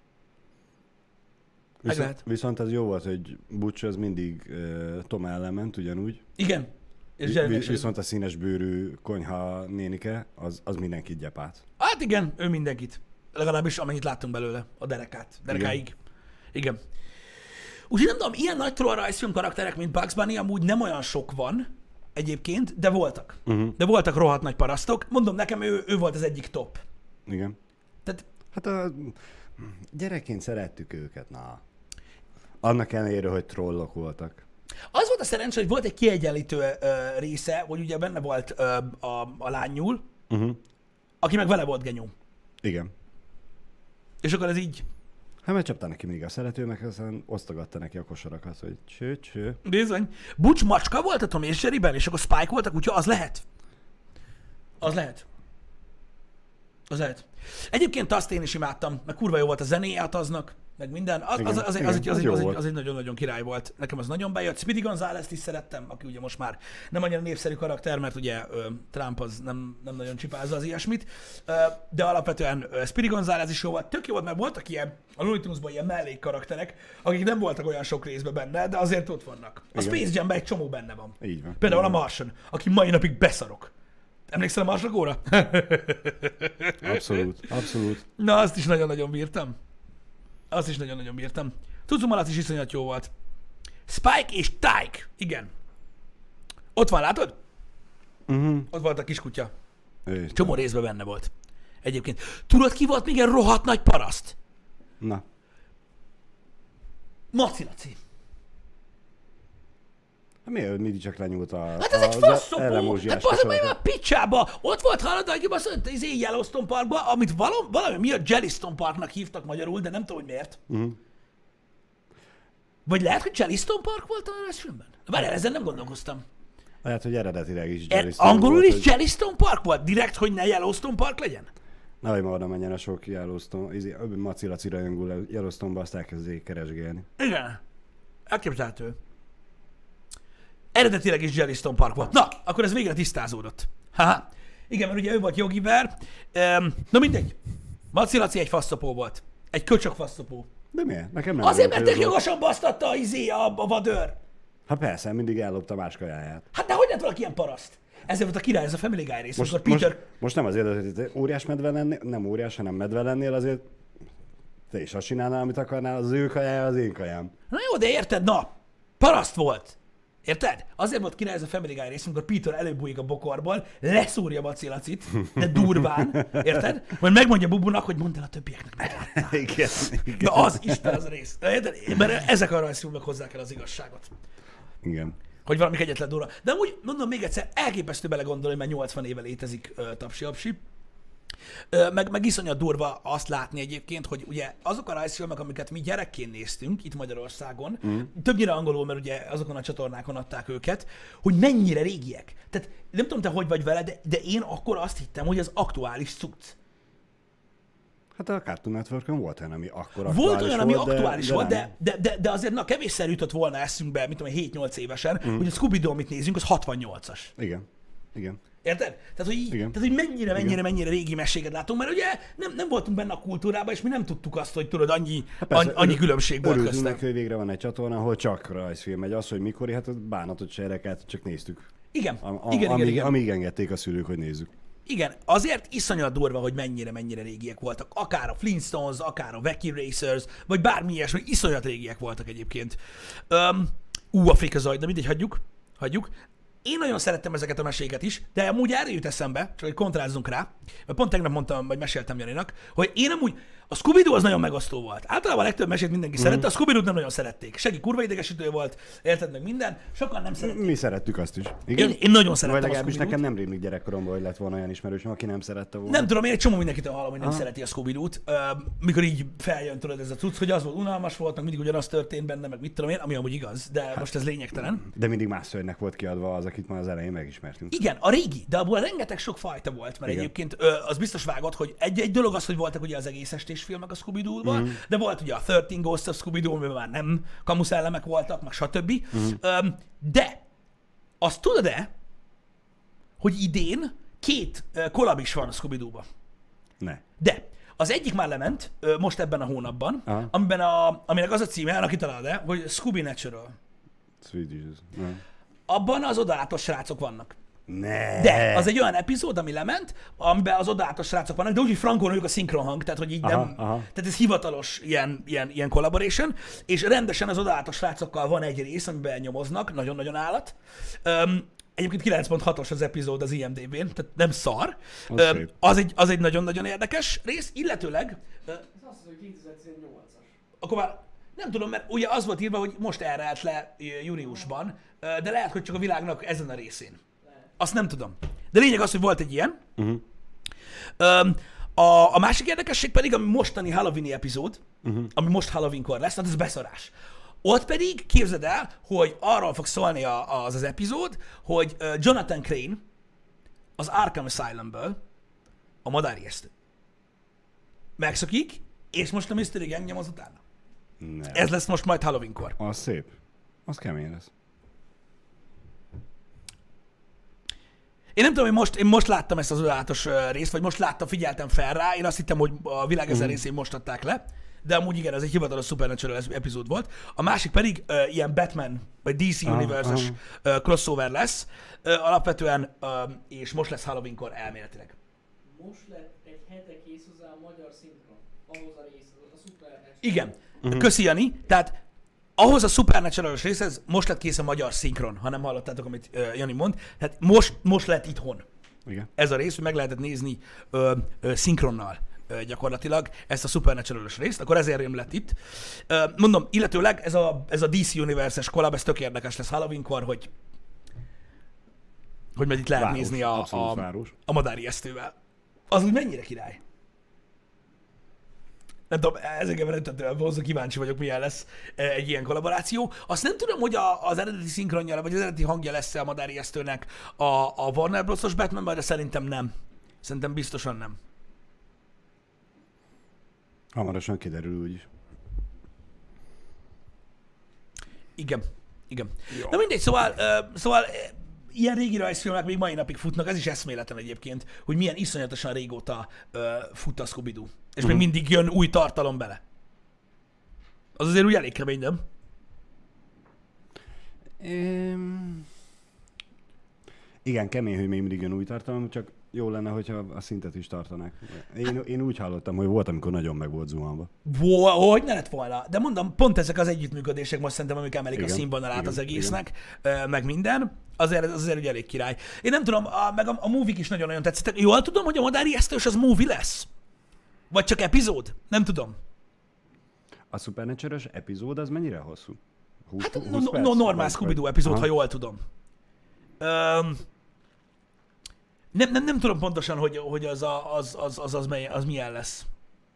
Speaker 1: Meg
Speaker 2: Viszont,
Speaker 1: lehet.
Speaker 2: viszont az jó volt, hogy Butch az mindig uh, Tom ellen ment, ugyanúgy.
Speaker 1: Igen. És
Speaker 2: Vi-
Speaker 1: Jeremy
Speaker 2: vi- viszont a színes bőrű konyha nénike, az, az mindenkit gyepált.
Speaker 1: Hát igen, ő mindenkit. Legalábbis amennyit láttunk belőle, a derekát, derekáig. Igen. Úgyhogy nem tudom, ilyen nagy trollrajzfilm karakterek, mint Bugs Bunny amúgy nem olyan sok van egyébként, de voltak.
Speaker 2: Uh-huh.
Speaker 1: De voltak rohadt nagy parasztok. Mondom, nekem ő, ő volt az egyik top.
Speaker 2: Igen.
Speaker 1: Tehát
Speaker 2: Hát a gyerekként szerettük őket, na. Annak ellenére, hogy trollok voltak.
Speaker 1: az volt a szerencsé, hogy volt egy kiegyenlítő ö, része, hogy ugye benne volt ö, a, a lánynyúl,
Speaker 2: Uh-huh.
Speaker 1: aki meg vele volt genyó.
Speaker 2: Igen.
Speaker 1: És akkor ez így
Speaker 2: Hát megcsapta neki mindig a szerető, meg aztán osztogatta neki a kosarakat, hogy cső, cső.
Speaker 1: bizony. Butch macska volt a Tom és Jerryben, és akkor Spike volt a kutya, az lehet. Az lehet. Az lehet. Egyébként azt én is imádtam, meg kurva jó volt a zenéje a aznak, meg minden. Az, az, az, az,
Speaker 2: Igen,
Speaker 1: az,
Speaker 2: igen,
Speaker 1: az,
Speaker 2: az
Speaker 1: egy-
Speaker 2: jó
Speaker 1: az, egy-
Speaker 2: volt.
Speaker 1: az egy nagyon-nagyon király volt. Nekem az nagyon bejött. Speedy Gonzales-t is szerettem, aki ugye most már nem annyira népszerű karakter, mert ugye ö, Trump az nem, nem nagyon csipázza az ilyesmit. Ö, De alapvetően ö, Speedy Gonzales is jó volt. Tök jó volt, mert voltak ilyen, a Looney Tunes-ban ilyen mellékkarakterek, akik nem voltak olyan sok részben benne, de azért ott vannak. A
Speaker 2: Igen.
Speaker 1: Space Jam-ben egy csomó benne van.
Speaker 2: Így van.
Speaker 1: Például a
Speaker 2: Így van.
Speaker 1: Martian, aki mai napig beszarok. Emlékszel a Marslagóra?
Speaker 2: Abszolút, abszolút.
Speaker 1: Na, azt is nagyon-nagyon bírtam. Azt is nagyon-nagyon bírtam. Tucum alatt is iszonyat jó volt. Spike és Tyke. Igen. Ott van, látod?
Speaker 2: Uh-huh.
Speaker 1: Ott volt a kiskutya.
Speaker 2: Ő,
Speaker 1: Csomó részben benne volt. Egyébként. Tudod, ki volt még egy rohadt nagy paraszt?
Speaker 2: Na,
Speaker 1: Maci-laci.
Speaker 2: hát miért mindig csak lenyúlt a...
Speaker 1: Hát ez egy
Speaker 2: a-
Speaker 1: faszopó!
Speaker 2: ellemózsiás
Speaker 1: Hát bazd meg
Speaker 2: kosarakat.
Speaker 1: a picsába! Ott volt hallod, aki baszott az én Yellowstone Parkba, amit valami, valami miatt Jellystone Parknak hívtak magyarul, de nem tudom, hogy miért.
Speaker 2: Uh-huh.
Speaker 1: Vagy lehet, hogy Jellystone Park volt a filmben? Várjál, ezen nem gondolkoztam.
Speaker 2: Lehet, hogy eredetileg is
Speaker 1: Er,
Speaker 2: Jellystone
Speaker 1: angolul
Speaker 2: volt,
Speaker 1: is
Speaker 2: hogy-
Speaker 1: Jellystone Park volt? Direkt, hogy ne Yellowstone Park legyen?
Speaker 2: Nehogy ma oda menjen a sok Yellowstone, izé, maci-laci rajongó Yellowstone-ba, azt elkezdjék keresgélni.
Speaker 1: Igen. Elképzelhető. Eredetileg is Yellowstone Park volt. Na, akkor ez végre tisztázódott. Haha. Igen, mert ugye ő volt Yogi Bear. Um, na mindegy. Maci Laci egy faszopó volt. Egy köcsök faszopó.
Speaker 2: De miért? Nekem nem
Speaker 1: Azért,
Speaker 2: volt,
Speaker 1: mert
Speaker 2: hogy
Speaker 1: tök
Speaker 2: az volt.
Speaker 1: jogosan basztatta a izé, a, a vadőr.
Speaker 2: Hát persze, mindig ellopta más kajáját.
Speaker 1: Hát de hogy lett valaki ilyen paraszt? Ezért volt a király, ez a Family Guy rész,
Speaker 2: Most,
Speaker 1: amikor Peter...
Speaker 2: most, most nem azért, hogy te óriás medve lennél, nem óriás, hanem medve lennél, azért te is azt csinálnál, amit akarnál, az ő kajája, az én kajám.
Speaker 1: Na jó, de érted, na, paraszt volt. Érted? Azért volt király ez a Family Guy rész, amikor Peter előbújik a bokorból, leszúrja Maci Lacit, de durván, érted? Majd megmondja Bubunak, hogy mondd el a többieknek, megláttál.
Speaker 2: Igen, igen.
Speaker 1: Na az Isten az a rész. Érted? Mert ezek a rajzfilmek hozzá kell az igazságot.
Speaker 2: Igen.
Speaker 1: Hogy valami egyetlen durva. De amúgy, mondom még egyszer, elképesztő belegondolni, mert nyolcvan éve létezik uh, Tapsi Apsi. Uh, meg, meg iszonyat durva azt látni egyébként, hogy ugye azok a rajzfilmek, amiket mi gyerekként néztünk itt Magyarországon, mm. többnyire angolul, mert ugye azokon a csatornákon adták őket, hogy mennyire régiek. Tehát nem tudom te, hogy vagy vele, de, de én akkor azt hittem, hogy az aktuális cucc.
Speaker 2: Hát a Cartoon Networkön volt olyan, ami akkor
Speaker 1: Volt
Speaker 2: aktuális
Speaker 1: olyan, ami
Speaker 2: volt,
Speaker 1: aktuális
Speaker 2: de,
Speaker 1: volt,
Speaker 2: de,
Speaker 1: de, de, de, de azért na, kevésszer jutott volna eszünkbe, mit tudom, hét-nyolc évesen, mm. hogy a Scooby-Doo, amit nézünk, az hatvannyolcas.
Speaker 2: Igen. Igen.
Speaker 1: Érted? Tehát, hogy, így,
Speaker 2: Igen.
Speaker 1: tehát, hogy mennyire, mennyire,
Speaker 2: Igen.
Speaker 1: mennyire régi meséket látunk, mert ugye nem, nem voltunk benne a kultúrában, és mi nem tudtuk azt, hogy tudod, annyi,
Speaker 2: Hát persze,
Speaker 1: annyi, annyi
Speaker 2: örül-
Speaker 1: különbség volt
Speaker 2: Örültünk
Speaker 1: köztem.
Speaker 2: neki, hogy végre van egy csatorna, ahol csak rajzfilm megy. Az, hogy mikor, hát az bánatot se érdekelt, csak néztük.
Speaker 1: Igen,
Speaker 2: A, a,
Speaker 1: igen,
Speaker 2: amíg,
Speaker 1: igen, igen.
Speaker 2: amíg engedték a szülők, hogy nézzük.
Speaker 1: Igen, azért iszonyat durva, hogy mennyire, mennyire régiek voltak. Akár a Flintstones, akár a Wacky Racers, vagy bármi ilyesmi, iszonyat régiek voltak egyébként. Um, ú, a Frikazoid, de mindegy, hagyjuk, hagyjuk. Én nagyon szerettem ezeket a meséket is, de amúgy erre jut eszembe, csak hogy kontrázzunk rá, mert pont tegnap mondtam, vagy meséltem Janinak, hogy én amúgy, a Scooby-Doo az nagyon megosztó volt. Általában a legtöbb mesét mindenki mm. szerette, a Scooby-Doo nem nagyon szerették. Segi kurva idegesítő volt, érted meg minden, sokan nem szerették.
Speaker 2: Mi szerettük azt is. Igen?
Speaker 1: Én, én nagyon
Speaker 2: Vagy
Speaker 1: szerettem a
Speaker 2: legalábbis
Speaker 1: Scooby-Doo-t.
Speaker 2: nekem nem rémlik gyerekkoromban, hogy lett volna olyan ismerősöm, aki nem szerette volna.
Speaker 1: Nem tudom, én egy csomó mindenkitől hallom, hogy nem
Speaker 2: Aha.
Speaker 1: szereti a Scooby-Doo-t. Uh, mikor így feljön tudod ez a cucc, hogy az volt unalmas volt, meg mindig ugyanaz történt benne, meg mit tudom én, ami amúgy igaz, de hát, most ez lényegtelen.
Speaker 2: De mindig más szörnynek volt kiadva az, akit már az elején megismertünk.
Speaker 1: Igen, a régi, de abból rengeteg sok fajta volt, mert
Speaker 2: Igen.
Speaker 1: egyébként ö, az biztos vágott, hogy egy, egy dolog az, hogy voltak ugye az egész estés filmek a Scooby-Doo-ból, mm. de volt ugye a tizenhárom Ghosts of Scooby-Doo, amiben már nem kamuszellemek voltak, meg stb. Mm. Öm, de azt tudod-e, hogy idén két ö, kollab is van a Scooby-Doo-ban?
Speaker 2: Ne.
Speaker 1: De az egyik már lement ö, most ebben a hónapban,
Speaker 2: Aha.
Speaker 1: amiben a, aminek az a címe, annak kitalálod-e, hogy Scooby Natural.
Speaker 2: Sweet Jesus. Ne.
Speaker 1: Abban az odalátos srácok vannak.
Speaker 2: Ne.
Speaker 1: De az egy olyan epizód, ami lement, amiben az odalátos srácok vannak, de úgy, hogy frankon ők a szinkronhang, tehát hogy így
Speaker 2: Aha,
Speaker 1: nem...
Speaker 2: aha.
Speaker 1: Tehát ez hivatalos ilyen, ilyen, ilyen collaboration, és rendesen az odalátos srácokkal van egy rész, amiben nyomoznak, nagyon-nagyon állat. Um, Egyébként kilenc pont hatos az epizód az I M D B-n, tehát nem szar.
Speaker 2: Az
Speaker 1: Um,
Speaker 2: szép.
Speaker 1: az, egy, az egy nagyon-nagyon érdekes rész, illetőleg, uh,
Speaker 3: Ez azt mondja, hogy kétezer-tizennyolcas.
Speaker 1: akkor már nem tudom, mert ugye az volt írva, hogy most erre állt le uh, júniusban, uh, de lehet, hogy csak a világnak ezen a részén. Azt nem tudom. De lényeg az, hogy volt egy ilyen.
Speaker 2: Uh-huh.
Speaker 1: Um, a, a másik érdekesség pedig, ami mostani Halloween-i epizód, uh-huh. ami most Halloweenkor lesz, hát ez beszarás. Ott pedig képzeld el, hogy arról fog szólni a, az az epizód, hogy uh, Jonathan Crane az Arkham Asylumből a madárijesztő megszokik, és most a Mystery Gang nyomoz utána.
Speaker 2: Ne.
Speaker 1: Ez lesz most majd Halloweenkor.
Speaker 2: Az szép. Az kemény lesz.
Speaker 1: Én nem tudom, hogy most, én most láttam ezt az ölállatos részt, vagy most láttam, figyeltem fel rá, én azt hittem, hogy a világ ezen részén most adták le, de amúgy igen, ez egy hivatalos Supernatural epizód volt. A másik pedig uh, ilyen Batman, vagy D C
Speaker 2: Ah,
Speaker 1: Universe-es uh, crossover lesz, uh, alapvetően, uh, és most lesz Halloweenkor elméletileg.
Speaker 3: Most lett egy hete kész hozzá a magyar szinkron. Ahhoz a részhez, a Supernatural.
Speaker 1: Igen, uh-huh. Köszi Jani, tehát ahhoz a Supernatural-os részhez most lett kész a magyar szinkron, ha nem hallottátok, amit uh, Jani mond. Tehát most, most lett itthon
Speaker 2: Igen.
Speaker 1: ez a rész, hogy meg lehetett nézni ö, ö, szinkronnal ö, gyakorlatilag ezt a Supernatural-os részt, akkor ezért jön lett itt. Ö, mondom, illetőleg ez a, ez a D C Universe-es collab, ez tök érdekes lesz Halloweenkor, hogy hogy majd itt lehet
Speaker 2: Város,
Speaker 1: nézni a,
Speaker 2: abszolút
Speaker 1: a,
Speaker 2: város.
Speaker 1: a madárijesztővel. Az úgy mennyire király? Nem tudom, ezeket rendtetően hozzá kíváncsi vagyok, milyen lesz egy ilyen kollaboráció. Azt nem tudom, hogy a, az eredeti szinkronja, vagy az eredeti hangja lesz-e a madárijesztőnek a, a Warner Bros.-os Batmanben, de szerintem nem. Szerintem biztosan nem.
Speaker 2: Hamarosan kiderül úgyis.
Speaker 1: Igen, igen.
Speaker 2: Jó.
Speaker 1: Na mindegy, szóval, uh, szóval uh, ilyen régi rajzfilmek még mai napig futnak, ez is eszméletlen egyébként, hogy milyen iszonyatosan régóta uh, fut a Scooby-Doo. És uh-huh. még mindig jön új tartalom bele. Az azért úgy elég kemény, nem?
Speaker 2: Um, igen, kemény, hogy még mindig jön új tartalom, csak jó lenne, hogyha a szintet is tartanák. Én, én úgy hallottam, hogy volt, amikor nagyon meg volt zuhanva.
Speaker 1: Wow, hogy ne lett volna. De mondom, pont ezek az együttműködések most szerintem, amik emelik
Speaker 2: Igen,
Speaker 1: a színvonalát
Speaker 2: igen,
Speaker 1: az egésznek, igen. meg minden, azért, az azért ugye elég király. Én nem tudom, a, meg a, a movie is nagyon-nagyon tetszettek. Jól tudom, hogy a Madár Ijesztős az movie lesz? Vagy csak epizód? Nem tudom.
Speaker 2: A Supernatural-ös epizód az mennyire hosszú? húsz,
Speaker 1: Hát
Speaker 2: húsz
Speaker 1: no, no,
Speaker 2: perc?
Speaker 1: no, normál
Speaker 2: Vagy-
Speaker 1: Scooby-Doo epizód,
Speaker 2: Aha.
Speaker 1: ha jól tudom. Öm, nem, nem, nem tudom pontosan, hogy, hogy az, a, az, az, az, az, mely, az milyen lesz.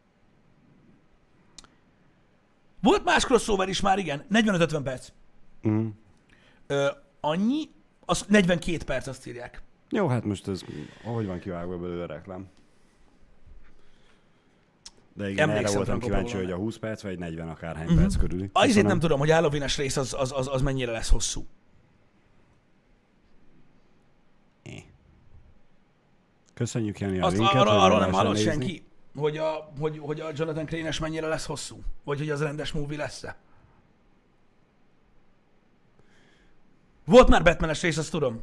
Speaker 1: Volt más crossover is már, igen. negyvenöt-ötven perc.
Speaker 2: Mm.
Speaker 1: Ö, annyi, az negyvenkét perc, azt írják.
Speaker 2: Jó, hát most ez, ahogy van kivágva belőle a reklám. De igen,
Speaker 1: Emlékszem,
Speaker 2: erre voltam
Speaker 1: Franco
Speaker 2: kíváncsi,
Speaker 1: Pavlova.
Speaker 2: hogy a húsz perc vagy negyven akárhány
Speaker 1: Mhm.
Speaker 2: perc körüli.
Speaker 1: Azért
Speaker 2: Köszönöm.
Speaker 1: nem tudom, hogy Halloween-es rész az, az, az, az mennyire lesz hosszú.
Speaker 2: É. Köszönjük, Jani, a
Speaker 1: Azt,
Speaker 2: linket,
Speaker 1: arra,
Speaker 2: hogy
Speaker 1: arról nem
Speaker 2: lehessen
Speaker 1: hallott
Speaker 2: nézni.
Speaker 1: senki, hogy a, hogy, hogy a Jonathan Crane-es mennyire lesz hosszú? Vagy hogy az rendes movie lesz-e? Volt már Batman-es rész, azt tudom.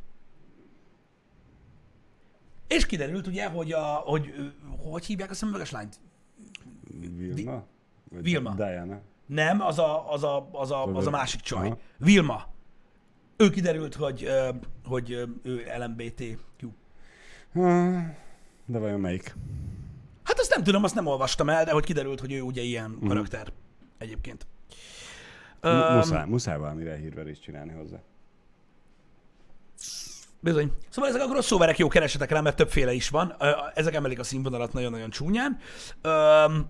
Speaker 1: És kiderült ugye, hogy a, hogy, ő- hogy hívják a szemüveges lányt?
Speaker 2: Vilma? Vagy
Speaker 1: Vilma.
Speaker 2: Diana.
Speaker 1: Nem, az a, az a, az a, az a
Speaker 2: Vagy-
Speaker 1: másik csaj.
Speaker 2: Aha.
Speaker 1: Vilma. Ő kiderült, hogy, ö, hogy ö, ő el em bé té kú.
Speaker 2: Ah, De vajon melyik?
Speaker 1: Hát azt nem tudom, azt nem olvastam el, de hogy kiderült, hogy ő ugye ilyen
Speaker 2: Mhm.
Speaker 1: karakter egyébként.
Speaker 2: Mu-
Speaker 1: Öm,
Speaker 2: Muszáj, muszáj valamivel hírverést csinálni hozzá.
Speaker 1: Bizony. Szóval ezek a crossoverek jó, keresetek rá, mert többféle is van. Ö, Ezek emelik a színvonalat nagyon-nagyon csúnyán. Öm,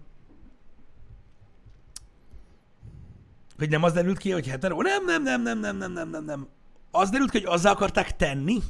Speaker 1: hogy nem az derült ki, hogy hetero? Nem, nem, nem, nem, nem, nem, nem, nem, nem. Az derült ki, hogy azzal akarták tenni?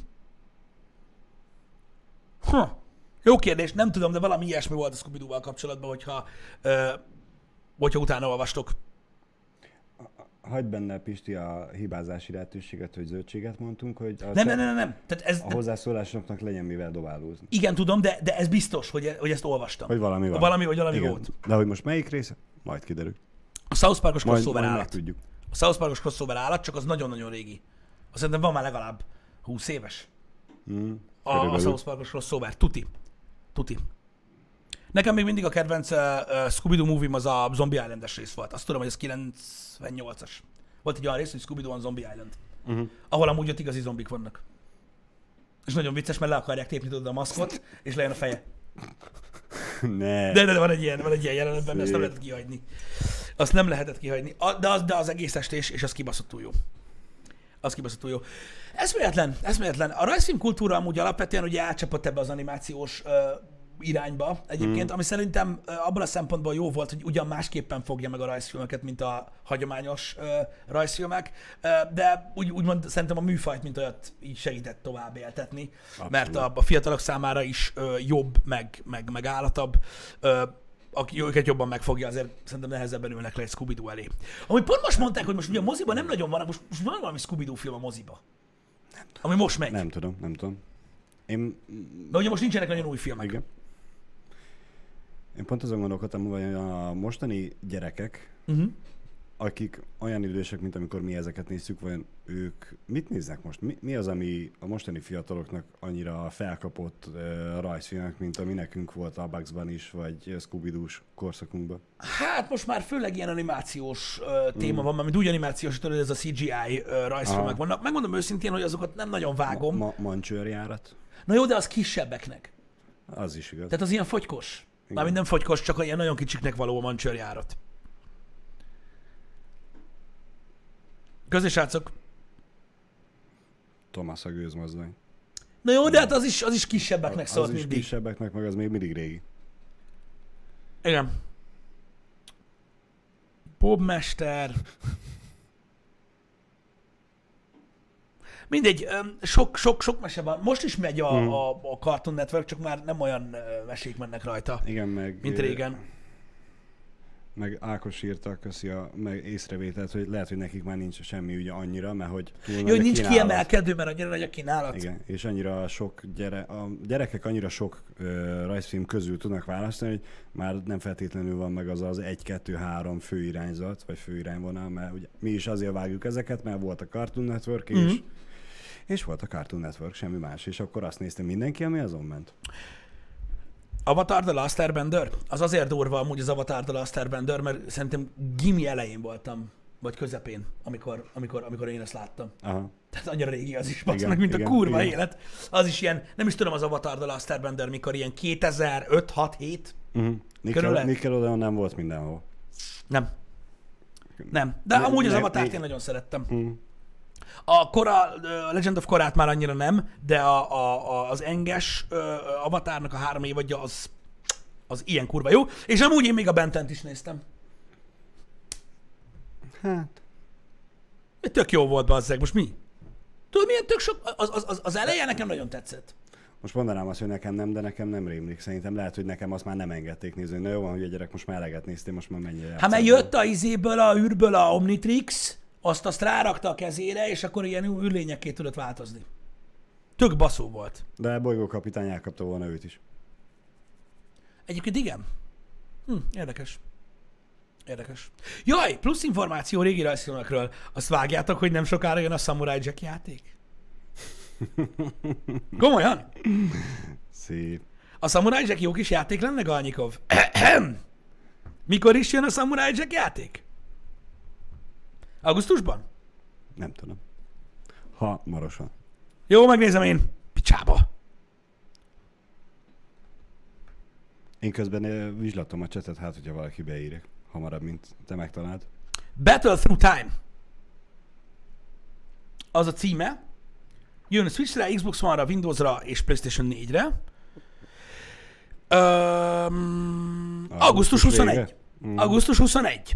Speaker 1: Ha. Jó kérdés, nem tudom, de valami ilyesmi volt a Scooby-Doo-val kapcsolatban, hogyha, ö, hogyha utána olvastok.
Speaker 2: Hagyd benne, Pisti, a hibázási lehetőséget, hogy zöldséget mondtunk, hogy a,
Speaker 1: Nem, nem, nem, nem, nem. Tehát ez,
Speaker 2: a hozzászólásoknak legyen mivel dobálózni.
Speaker 1: igen, tudom, de, de ez biztos, hogy, hogy ezt olvastam.
Speaker 2: Hogy valami van.
Speaker 1: Valami, hogy valami
Speaker 2: Igen.
Speaker 1: volt.
Speaker 2: De hogy most melyik része? Majd kiderül.
Speaker 1: A South Parkos
Speaker 2: Majd,
Speaker 1: crossover
Speaker 2: majd
Speaker 1: állat.
Speaker 2: megtudjuk.
Speaker 1: A South Parkos crossover állat, csak az nagyon-nagyon régi. Azt szerintem van már legalább húsz éves.
Speaker 2: Mm,
Speaker 1: A, a
Speaker 2: körülbelül.
Speaker 1: South Parkos crossover. Tuti. Tuti. Nekem még mindig a kedvenc uh, uh, Scooby-Doo movie az a Zombie Island-es rész volt. Azt tudom, hogy ez kilencvennyolcas. Volt egy olyan rész, hogy Scooby-Doo on Zombie Island.
Speaker 2: Uh-huh.
Speaker 1: Ahol amúgy ott igazi zombik vannak. És nagyon vicces, mert le akarják tépni tudod a maszkot, és lejön a feje.
Speaker 2: Ne.
Speaker 1: De, de, de van egy ilyen, van egy ilyen jelenet benne, azt nem
Speaker 2: Szép.
Speaker 1: lehetett kihagyni. Azt nem lehetett kihagyni. A, de, az, de az egész estés, és az kibaszottul jó. Az kibaszottul jó. Eszméletlen, eszméletlen. A rajzfilm kultúra amúgy alapvetően ugye átcsapott ebbe az animációs uh, irányba egyébként, mm. ami szerintem uh, abban a szempontból jó volt, hogy ugyan másképpen fogja meg a rajzfilmeket, mint a hagyományos uh, rajzfilmek, uh, de úgy, úgymond szerintem a műfajt, mint olyat így segített tovább éltetni, Abszolút. Mert a, a fiatalok számára is uh, jobb, meg, meg, meg állatabb. Uh, aki őket jobban megfogja, azért szerintem nehezebben ülnek le egy Scooby-Doo elé. Amúgy pont most mondták, hogy most ugye a moziban nem nagyon van, most, most van valami Scooby-Doo film a moziba. Ami most megy.
Speaker 2: Nem tudom, nem tudom. Én...
Speaker 1: Mert ugye most nincsenek nagyon új filmek.
Speaker 2: Igen. Én pont azon gondolkodtam, hogy a mostani gyerekek,
Speaker 1: Uh-huh.
Speaker 2: akik olyan idősek, mint amikor mi ezeket nézzük, vajon ők mit néznek most? Mi, mi az, ami a mostani fiataloknak annyira felkapott uh, rajzfilmek, mint ami nekünk volt a Bugs Bunny is, vagy Scooby-Doo-s korszakunkban?
Speaker 1: Hát most már főleg ilyen animációs uh, téma mm. van, mert úgy animációs, tudod, ez a cé gé i uh, rajzfilmek
Speaker 2: Aha.
Speaker 1: vannak. Megmondom őszintén, hogy azokat nem nagyon vágom.
Speaker 2: Ma, ma, mancsőrjárat?
Speaker 1: Na jó, de az kisebbeknek.
Speaker 2: Az is igaz.
Speaker 1: Tehát az ilyen fogykos. Mármint nem fogykos, csak ilyen nagyon kicsiknek való a mancsőrjárat. Közi, srácok.
Speaker 2: Thomas a gőzmozdony.
Speaker 1: Na jó, de hát az is, az is kisebbeknek
Speaker 2: Az
Speaker 1: szólt
Speaker 2: is
Speaker 1: mindig.
Speaker 2: kisebbeknek, meg az még mindig régi.
Speaker 1: Igen. Bob Mester. Mindegy, öm, sok, sok, sok mese van. Most is megy a,
Speaker 2: Hmm.
Speaker 1: a, a Cartoon Network, csak már nem olyan ö, mesék mennek rajta,
Speaker 2: Igen, meg...
Speaker 1: mint régen.
Speaker 2: Meg Ákos írta, köszi a meg észrevételt, hogy lehet, hogy nekik már nincs semmi ügye annyira, mert hogy túl
Speaker 1: Jó,
Speaker 2: nagy
Speaker 1: hogy
Speaker 2: a
Speaker 1: nincs
Speaker 2: kínálat.
Speaker 1: kiemelkedő, mert annyira nagy a kínálat.
Speaker 2: Igen, és annyira sok gyere, a gyerekek annyira sok ö, rajzfilm közül tudnak választani, hogy már nem feltétlenül van meg az az egy, kettő, három főirányzat, vagy főirányvonal, mert ugye mi is azért vágjuk ezeket, mert volt a Cartoon Network, és,
Speaker 1: Mhm.
Speaker 2: és volt a Cartoon Network, semmi más, és akkor azt nézte mindenki, ami azon ment.
Speaker 1: Avatar The Last Airbender? Az azért durva amúgy az Avatar The Last Airbender, mert szerintem gimi elején voltam, vagy közepén, amikor, amikor, amikor én ezt láttam.
Speaker 2: Aha.
Speaker 1: Tehát annyira régi az is, bazd
Speaker 2: Igen,
Speaker 1: meg, mint
Speaker 2: igen,
Speaker 1: a kurva
Speaker 2: igen.
Speaker 1: élet. Az is ilyen, nem is tudom az Avatar The Last Airbender, mikor ilyen kétezer-öt, hat, hét?
Speaker 2: Uh-huh.
Speaker 1: Körül lehet?
Speaker 2: Nickelodeon nem volt mindenhol.
Speaker 1: Nem. Nem. De
Speaker 2: Ne-
Speaker 1: amúgy az
Speaker 2: ne-
Speaker 1: Avatárt
Speaker 2: ne-
Speaker 1: én nagyon szerettem.
Speaker 2: Uh-huh.
Speaker 1: A Korra, a Legend of Korrát már annyira nem, de a, a, a, az enges ö, Avatárnak a három évadja az, az ilyen kurva jó. És amúgy én még a Ben tennt is néztem.
Speaker 2: Hát,
Speaker 1: Tök jó volt, bazzeg. Most mi? Tudod, milyen tök sok... Az, az, az, az eleje nekem nagyon tetszett.
Speaker 2: most mondanám azt, hogy nekem nem, de nekem nem rémlik. Szerintem lehet, hogy nekem azt már nem engedték nézni. Na jó van, hogy a gyerek most már eleget néztél, most már mennyire
Speaker 1: Hát mert jött a izéből, a űrből a Omnitrix, azt azt rárakta a kezére, és akkor ilyen űrlényekké tudott változni. Tök baszó volt.
Speaker 2: De a bolygókapitány elkapta volna őt is.
Speaker 1: Egyébként igen. Hm, érdekes. Érdekes. Jaj, plusz információ régi rajzfilmekről. Azt vágjátok, hogy nem sokára jön a Samurai Jack játék? Komolyan?
Speaker 2: Szép.
Speaker 1: A Samurai Jack jó kis játék lenne, Galnyikov? Mikor is jön a Samurai Jack játék? Augusztusban?
Speaker 2: Nem tudom. Ha marosan.
Speaker 1: Jó, megnézem én. Picsába.
Speaker 2: Én közben ö, vizslatom a csetet, hát hogyha valaki beírek. Hamarabb, mint te megtaláld.
Speaker 1: Battle Through Time. Az a címe. Jön a Switchre, Xbox One-ra, Windowsra és PlayStation négyre. Um, augusztus huszonegy.
Speaker 2: vége? Mm.
Speaker 1: augusztus huszonegy.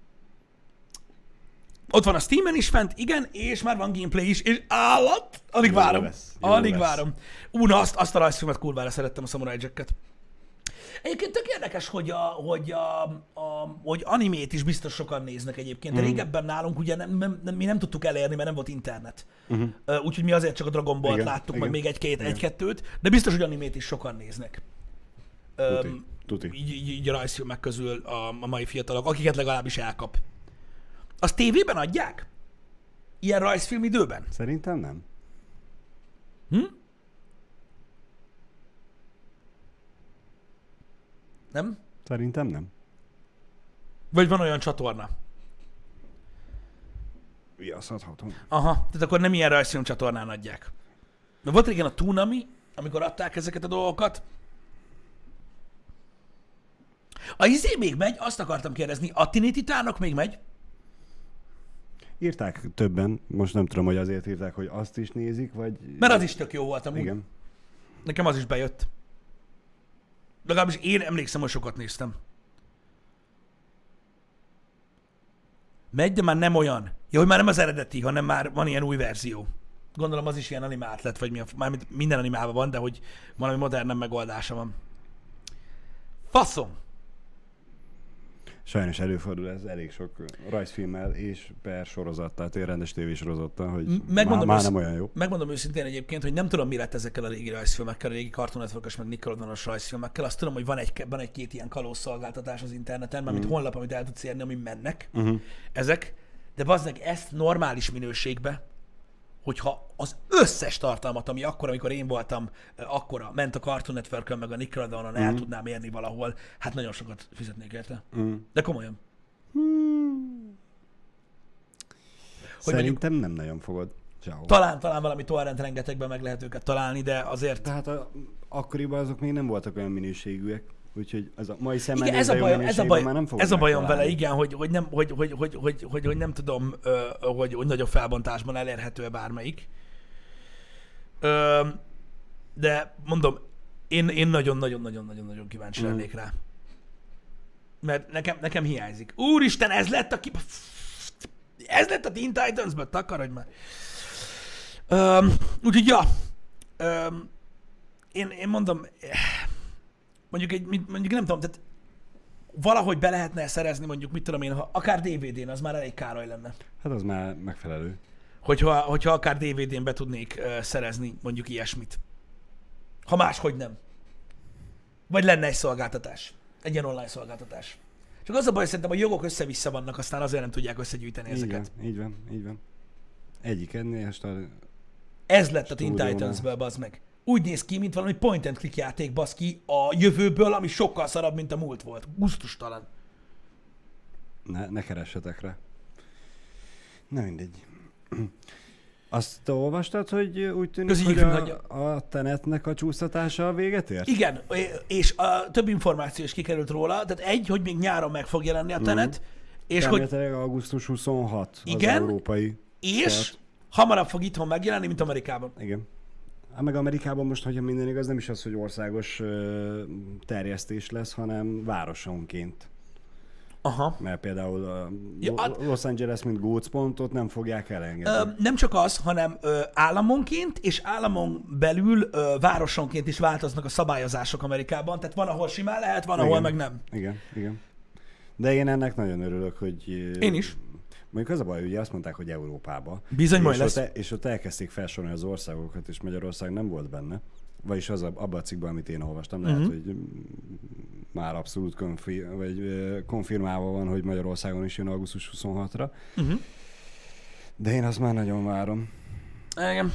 Speaker 1: Ott van a Steamen is fent, igen, és már van gameplay is, és állat! Alig
Speaker 2: Jó
Speaker 1: várom.
Speaker 2: lesz, jó
Speaker 1: Alig
Speaker 2: lesz.
Speaker 1: várom. Ú, na azt, azt a rajzfilmet kurvára szerettem, a Samurai Jacket. Egyébként tök érdekes, hogy, a, hogy, a, a, hogy animét is biztos sokan néznek egyébként.
Speaker 2: Mhm.
Speaker 1: Mm. Régebben nálunk ugye nem, nem, nem, mi nem tudtuk elérni, mert nem volt internet.
Speaker 2: Uh-huh.
Speaker 1: Uh, úgyhogy mi azért csak a Dragon Ball-t
Speaker 2: Igen,
Speaker 1: láttuk,
Speaker 2: igen,
Speaker 1: meg még egy-két,
Speaker 2: igen.
Speaker 1: egy-kettőt, de biztos, hogy animét is sokan néznek.
Speaker 2: Tuti,
Speaker 1: Öm,
Speaker 2: tuti.
Speaker 1: így, így, így a rajzfilmek közül a, a mai fiatalok, akiket legalábbis elkap. Azt tévében adják? Ilyen rajzfilm időben?
Speaker 2: Szerintem nem.
Speaker 1: Hm? Nem?
Speaker 2: Szerintem nem.
Speaker 1: Vagy van olyan csatorna?
Speaker 2: Viaszadhatom.
Speaker 1: Aha, tehát akkor nem ilyen rajzfilm csatornán adják. De volt régen a Toonami, amikor adták ezeket a dolgokat. A izé még megy, azt akartam kérdezni, a Tini Titánok még megy?
Speaker 2: Írták többen, most nem tudom, hogy azért írták, hogy azt is nézik, vagy...
Speaker 1: Mert az is tök jó volt amúgy.
Speaker 2: Igen.
Speaker 1: Nekem az is bejött. Legalábbis én emlékszem, hogy sokat néztem. Megy, de már nem olyan. Ja, hogy már nem az eredeti, hanem már van ilyen új verzió. Gondolom az is ilyen animált lett, vagy mi a, mármint minden animálva van, de hogy valami modernebb megoldása van. Faszom!
Speaker 2: Sajnos előfordul ez elég sok rajzfilmmel és per sorozat, tehát egy rendes tévésorozattal, hogy
Speaker 1: M-
Speaker 2: már,
Speaker 1: megmondom
Speaker 2: már
Speaker 1: ősz-
Speaker 2: nem olyan jó.
Speaker 1: Megmondom őszintén egyébként, hogy nem tudom, mi lett ezekkel a régi rajzfilmekkel, a régi Cartoon Network-os, meg Nickelodeon-os rajzfilmekkel. Azt tudom, hogy van, egy, van egy-két ilyen kalóz szolgáltatás az interneten, mármint
Speaker 2: Mhm.
Speaker 1: honlap, amit el tudsz érni, amin mennek
Speaker 2: Uh-huh.
Speaker 1: ezek. De bazdmeg ezt normális minőségbe, hogyha az összes tartalmat, ami akkor, amikor én voltam, eh, akkora, ment a Cartoon Network-ön, meg a Nickelodeon-on,
Speaker 2: Mhm.
Speaker 1: el tudnám érni valahol, hát nagyon sokat fizetnék érte.
Speaker 2: Uh-huh.
Speaker 1: De komolyan. Hogy
Speaker 2: Szerintem nem nagyon fogod. Ciao.
Speaker 1: Talán, talán valami torrent rengetegben meg lehet őket találni, de azért...
Speaker 2: Tehát a, akkoriban azok még nem voltak olyan minőségűek, úgyhogy az a mai szemmel
Speaker 1: Igen, ez a
Speaker 2: nézve jó
Speaker 1: bajom, ez a
Speaker 2: minőségben
Speaker 1: bajom,
Speaker 2: már nem fogod
Speaker 1: ez a bajom vele,
Speaker 2: megtalálni.
Speaker 1: igen, hogy, hogy, nem, hogy, hogy, hogy, hogy, hogy, hogy nem tudom, ö, hogy, hogy nagyobb felbontásban elérhető-e bármelyik. Ö, de mondom, én, én nagyon-nagyon-nagyon-nagyon-nagyon kíváncsi
Speaker 2: Mm.
Speaker 1: lennék rá. Mert nekem, nekem hiányzik. Úristen, ez lett a ki... Ez lett a Teen Titans-ből, takarodj már. Ö, úgyhogy, ja. Ö, én, én mondom, mondjuk, egy, mondjuk nem tudom, tehát valahogy be lehetne szerezni, mondjuk, mit tudom én, ha akár dé vé dén, az már elég károly lenne.
Speaker 2: Hát az már megfelelő.
Speaker 1: Hogyha, hogyha akár dé vé dén be tudnék uh, szerezni mondjuk ilyesmit. Ha máshogy nem. Vagy lenne egy szolgáltatás. Egy ilyen online szolgáltatás. Csak az a baj, szerintem a jogok össze-vissza vannak, aztán azért nem tudják összegyűjteni
Speaker 2: Így
Speaker 1: ezeket.
Speaker 2: van, így van, így van. Egyik ennél, és a...
Speaker 1: Ez lett a Teen
Speaker 2: Stúdiónál.
Speaker 1: Titans-ből, bazd meg. Úgy néz ki, mint valami point and click játék, bazd ki, a jövőből, ami sokkal szarabb, mint a múlt volt. Gusztustalan.
Speaker 2: Ne, ne keressetek rá. Na mindegy. Azt olvastad, hogy úgy tűnik,
Speaker 1: Köszönjük,
Speaker 2: hogy
Speaker 1: hogy
Speaker 2: a, a Tenetnek a csúsztatása a véget ért?
Speaker 1: Igen, és a több információ is kikerült róla, tehát egy, hogy még nyáron meg fog jelenni a Tenet, mm. és hogy
Speaker 2: Elméletileg augusztus huszonhat
Speaker 1: igen,
Speaker 2: az európai
Speaker 1: és
Speaker 2: start.
Speaker 1: hamarabb fog itthon megjelenni, mint Amerikában.
Speaker 2: Igen. Hát meg Amerikában most, hogyha minden igaz, nem is az, hogy országos ö, terjesztés lesz, hanem városonként.
Speaker 1: Aha.
Speaker 2: Mert például a
Speaker 1: Ja,
Speaker 2: Lo- Los Angeles, mint gócpontot nem fogják elengedni.
Speaker 1: Ö, nem csak az, hanem ö, államonként és államon belül ö, városonként is változnak a szabályozások Amerikában. Tehát van, ahol simán lehet, van, ahol
Speaker 2: Igen.
Speaker 1: meg nem.
Speaker 2: Igen, igen. De én ennek nagyon örülök, hogy... ö,
Speaker 1: Én is.
Speaker 2: Mondjuk az a baj, hogy ugye azt mondták, hogy Európába.
Speaker 1: Bizony majd
Speaker 2: és
Speaker 1: lesz.
Speaker 2: Ott, és ott elkezdték felsorolni az országokat, és Magyarország nem volt benne. Vagyis az a, abban a cikkben, amit én olvastam, lehet,
Speaker 1: Mhm.
Speaker 2: hogy mm, már abszolút konfi, vagy, ö, konfirmálva van, hogy Magyarországon is jön augusztus huszonhatra.
Speaker 1: Uh-huh.
Speaker 2: De én azt már nagyon várom.
Speaker 1: Igen.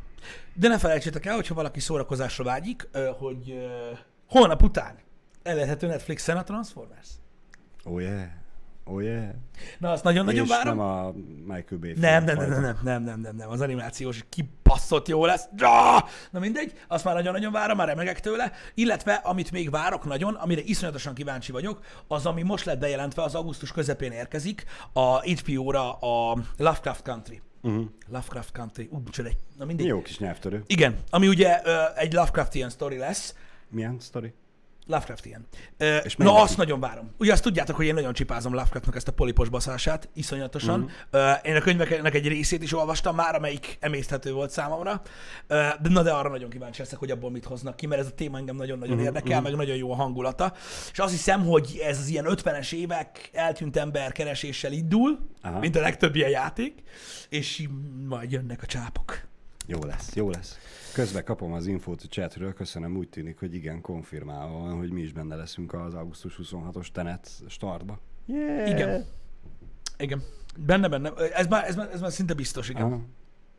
Speaker 1: De ne felejtsétek el, hogyha valaki szórakozásra vágyik, ö, hogy ö, holnap után elérhető Netflixen a Transformers.
Speaker 2: Oh yeah, oh yeah.
Speaker 1: Na, azt nagyon-nagyon
Speaker 2: És
Speaker 1: várom.
Speaker 2: nem a Michael Bay
Speaker 1: Nem, nem,
Speaker 2: film
Speaker 1: nem, nem,
Speaker 2: fajta.
Speaker 1: nem, nem, nem, nem, nem, az animációs kibaszott jó lesz. Ja! Na mindegy, azt már nagyon-nagyon várom, már remegek tőle. Illetve, amit még várok nagyon, amire iszonyatosan kíváncsi vagyok, az, ami most lett bejelentve, az augusztus közepén érkezik, a há bé ó-ra a Lovecraft Country.
Speaker 2: Uh-huh.
Speaker 1: Lovecraft Country, ú, micsoda egy, na mindegy.
Speaker 2: Jó kis nyelvtörő.
Speaker 1: Igen, ami ugye ö, egy Lovecraftian story lesz,
Speaker 2: Milyen sztori?
Speaker 1: Lovecraftian. Ö,
Speaker 2: És
Speaker 1: na,
Speaker 2: melyik?
Speaker 1: azt nagyon várom. Ugye azt tudjátok, hogy én nagyon csipázom Lovecraftnak ezt a polipos baszását, iszonyatosan. Uh-huh. Én a könyveknek egy részét is olvastam már, amelyik emészthető volt számomra. Ö, De na de arra nagyon kíváncsi leszek, hogy abból mit hoznak ki, mert ez a téma engem nagyon-nagyon
Speaker 2: Mhm,
Speaker 1: uh-huh. érdekel,
Speaker 2: mhm.
Speaker 1: meg nagyon jó a hangulata. És azt hiszem, hogy ez az ilyen ötvenes évek eltűnt ember kereséssel indul,
Speaker 2: Aha.
Speaker 1: mint a legtöbb ilyen játék, és majd jönnek a csápok.
Speaker 2: Jó lesz, jó lesz. Közben kapom az infót a chatről, köszönöm, úgy tűnik, hogy igen, konfirmálva van, hogy mi is benne leszünk az augusztus huszonhatos Tenet startba. Yeah.
Speaker 1: Igen. Igen. Benne, benne. Ez már, ez már, ez már szinte biztos, igen.
Speaker 2: Aha.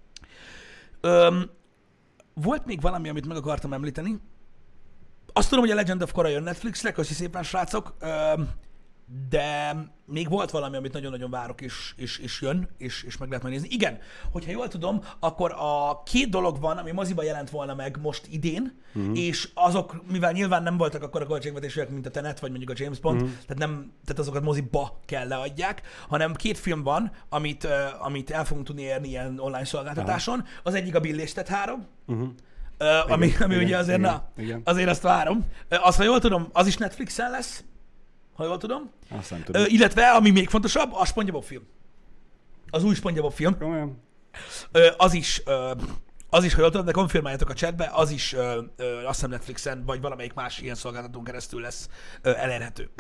Speaker 1: Öm, volt még valami, amit meg akartam említeni. Azt tudom, hogy a Legend of Korra jön Netflixre, köszi szépen, srácok. Öm, de még volt valami, amit nagyon-nagyon várok, és, és, és jön, és, és meg lehet majd nézni. Igen, hogyha jól tudom, akkor a két dolog van, ami moziba jelent volna meg most idén, uh-huh. és azok, mivel nyilván nem voltak akkor a költségvetésűek, mint a Tenet, vagy mondjuk a James Bond, uh-huh. tehát, nem, tehát azokat moziba kell leadják, hanem két film van, amit, uh, amit el fogunk tudni érni ilyen online szolgáltatáson. Aha. Az egyik a Bill és Ted három,
Speaker 2: Uh-huh.
Speaker 1: uh, ami, ami
Speaker 2: igen,
Speaker 1: ugye azért,
Speaker 2: igen,
Speaker 1: na,
Speaker 2: igen.
Speaker 1: azért azt várom. Uh, azt, ha jól tudom, az is Netflixen lesz, ha jól tudom.
Speaker 2: Azt nem tudom.
Speaker 1: Ö, illetve, ami még fontosabb, a SpongeBob film. Az új SpongeBob film.
Speaker 2: Komolyan?
Speaker 1: Ö, az is, ö, az is, ha jól tudom, de konfirmáljátok a chatbe, az is ö, ö, azt hiszem Netflixen, vagy valamelyik más ilyen szolgáltatón keresztül lesz ö, elérhető.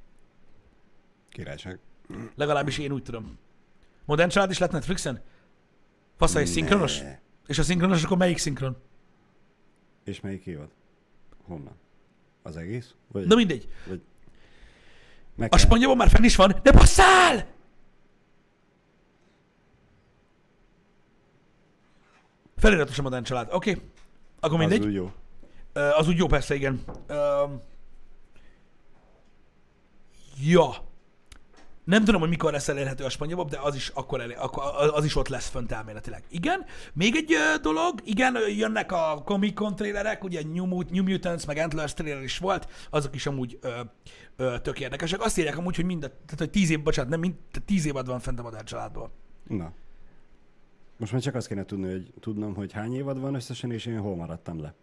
Speaker 2: Királyság.
Speaker 1: Legalábbis én úgy tudom. Modern Család is lett Netflixen? Fasza, és szinkronos?
Speaker 2: Ne.
Speaker 1: És a szinkronos, akkor melyik szinkron?
Speaker 2: És melyik évad? Honnan? Az egész? Vagy,
Speaker 1: Na mindegy.
Speaker 2: vagy... Meg
Speaker 1: A
Speaker 2: kell-
Speaker 1: SpongeBob már fenn is van, de basszál! Feliratos a Modern Család. Oké. Okay. Akkor mindegy.
Speaker 2: Az úgy jó.
Speaker 1: Ö, az úgy jó, persze, igen. Ö, ja. Nem tudom, hogy mikor lesz elérhető a SpongeBob, de az is, akkor elé, akkor az is ott lesz fönt elméletileg. Igen. Még egy ö, dolog, igen, ö, jönnek a Comic Con trailerek, ugye New, Mut- New Mutants, meg Antlers trailer is volt, azok is amúgy ö, ö, tök érdekesek. Azt írják amúgy, hogy mind a, tehát, hogy tíz év, bocsánat, nem mind, tehát tíz évad van fent a Modern Családból.
Speaker 2: Na. Most már csak azt kéne tudni, hogy tudnom, hogy hány évad van összesen, és én hol maradtam le.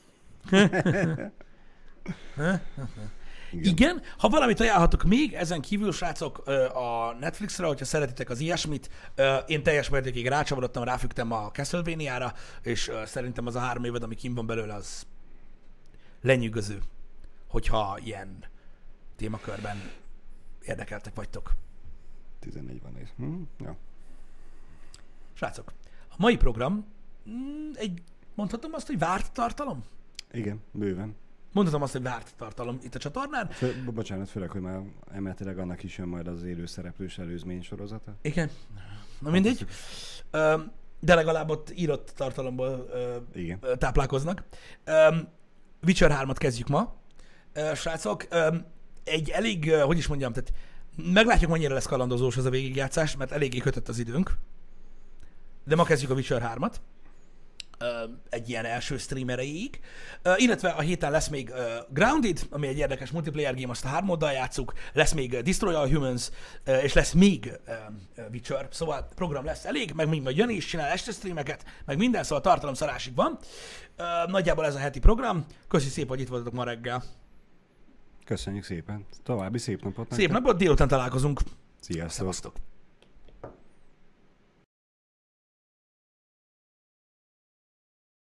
Speaker 1: Igen. Igen, ha valamit ajánlhatok még, ezen kívül, srácok, ö, a Netflixre, hogyha szeretitek az ilyesmit, ö, én teljes mértékig rácsavarodtam, ráfügtem a Castlevania-ra, és ö, szerintem az a három évad, ami kim van belőle, az lenyűgöző, hogyha ilyen témakörben érdekeltek vagytok.
Speaker 2: tizenegy van ez. Hm? Ja.
Speaker 1: Srácok, a mai program mm, egy, mondhatom azt, hogy várt tartalom?
Speaker 2: Igen, bőven.
Speaker 1: Mondhatom azt, hogy várt tartalom itt a csatornán.
Speaker 2: Fő, bocsánat, főleg, hogy már emeletileg annak is jön majd az élő szereplős előzmény sorozata.
Speaker 1: Igen. Na mindegy. Ö, de legalább ott írott tartalomból ö,
Speaker 2: Igen.
Speaker 1: ö, táplálkoznak. Ö, Witcher hármat kezdjük ma. Ö, srácok, ö, egy elég, ö, hogy is mondjam, tehát meglátjuk, mennyire lesz kalandozós ez a végigjátszás, mert eléggé kötött az időnk. De ma kezdjük a Witcher hármat. Egy ilyen első stream erejéig. Illetve a héten lesz még Grounded, ami egy érdekes multiplayer game, azt a hármoddal játszuk, lesz még Destroy All Humans, és lesz még Witcher, szóval program lesz elég, meg még majd Jani is csinál este streameket, meg minden, szóval tartalomszarásig van. Nagyjából ez a heti program. Köszi szépen, hogy itt voltatok ma reggel.
Speaker 2: Köszönjük szépen. További szép napot.
Speaker 1: Szép napot, délután találkozunk.
Speaker 2: Sziasztok.
Speaker 1: Szevasztok.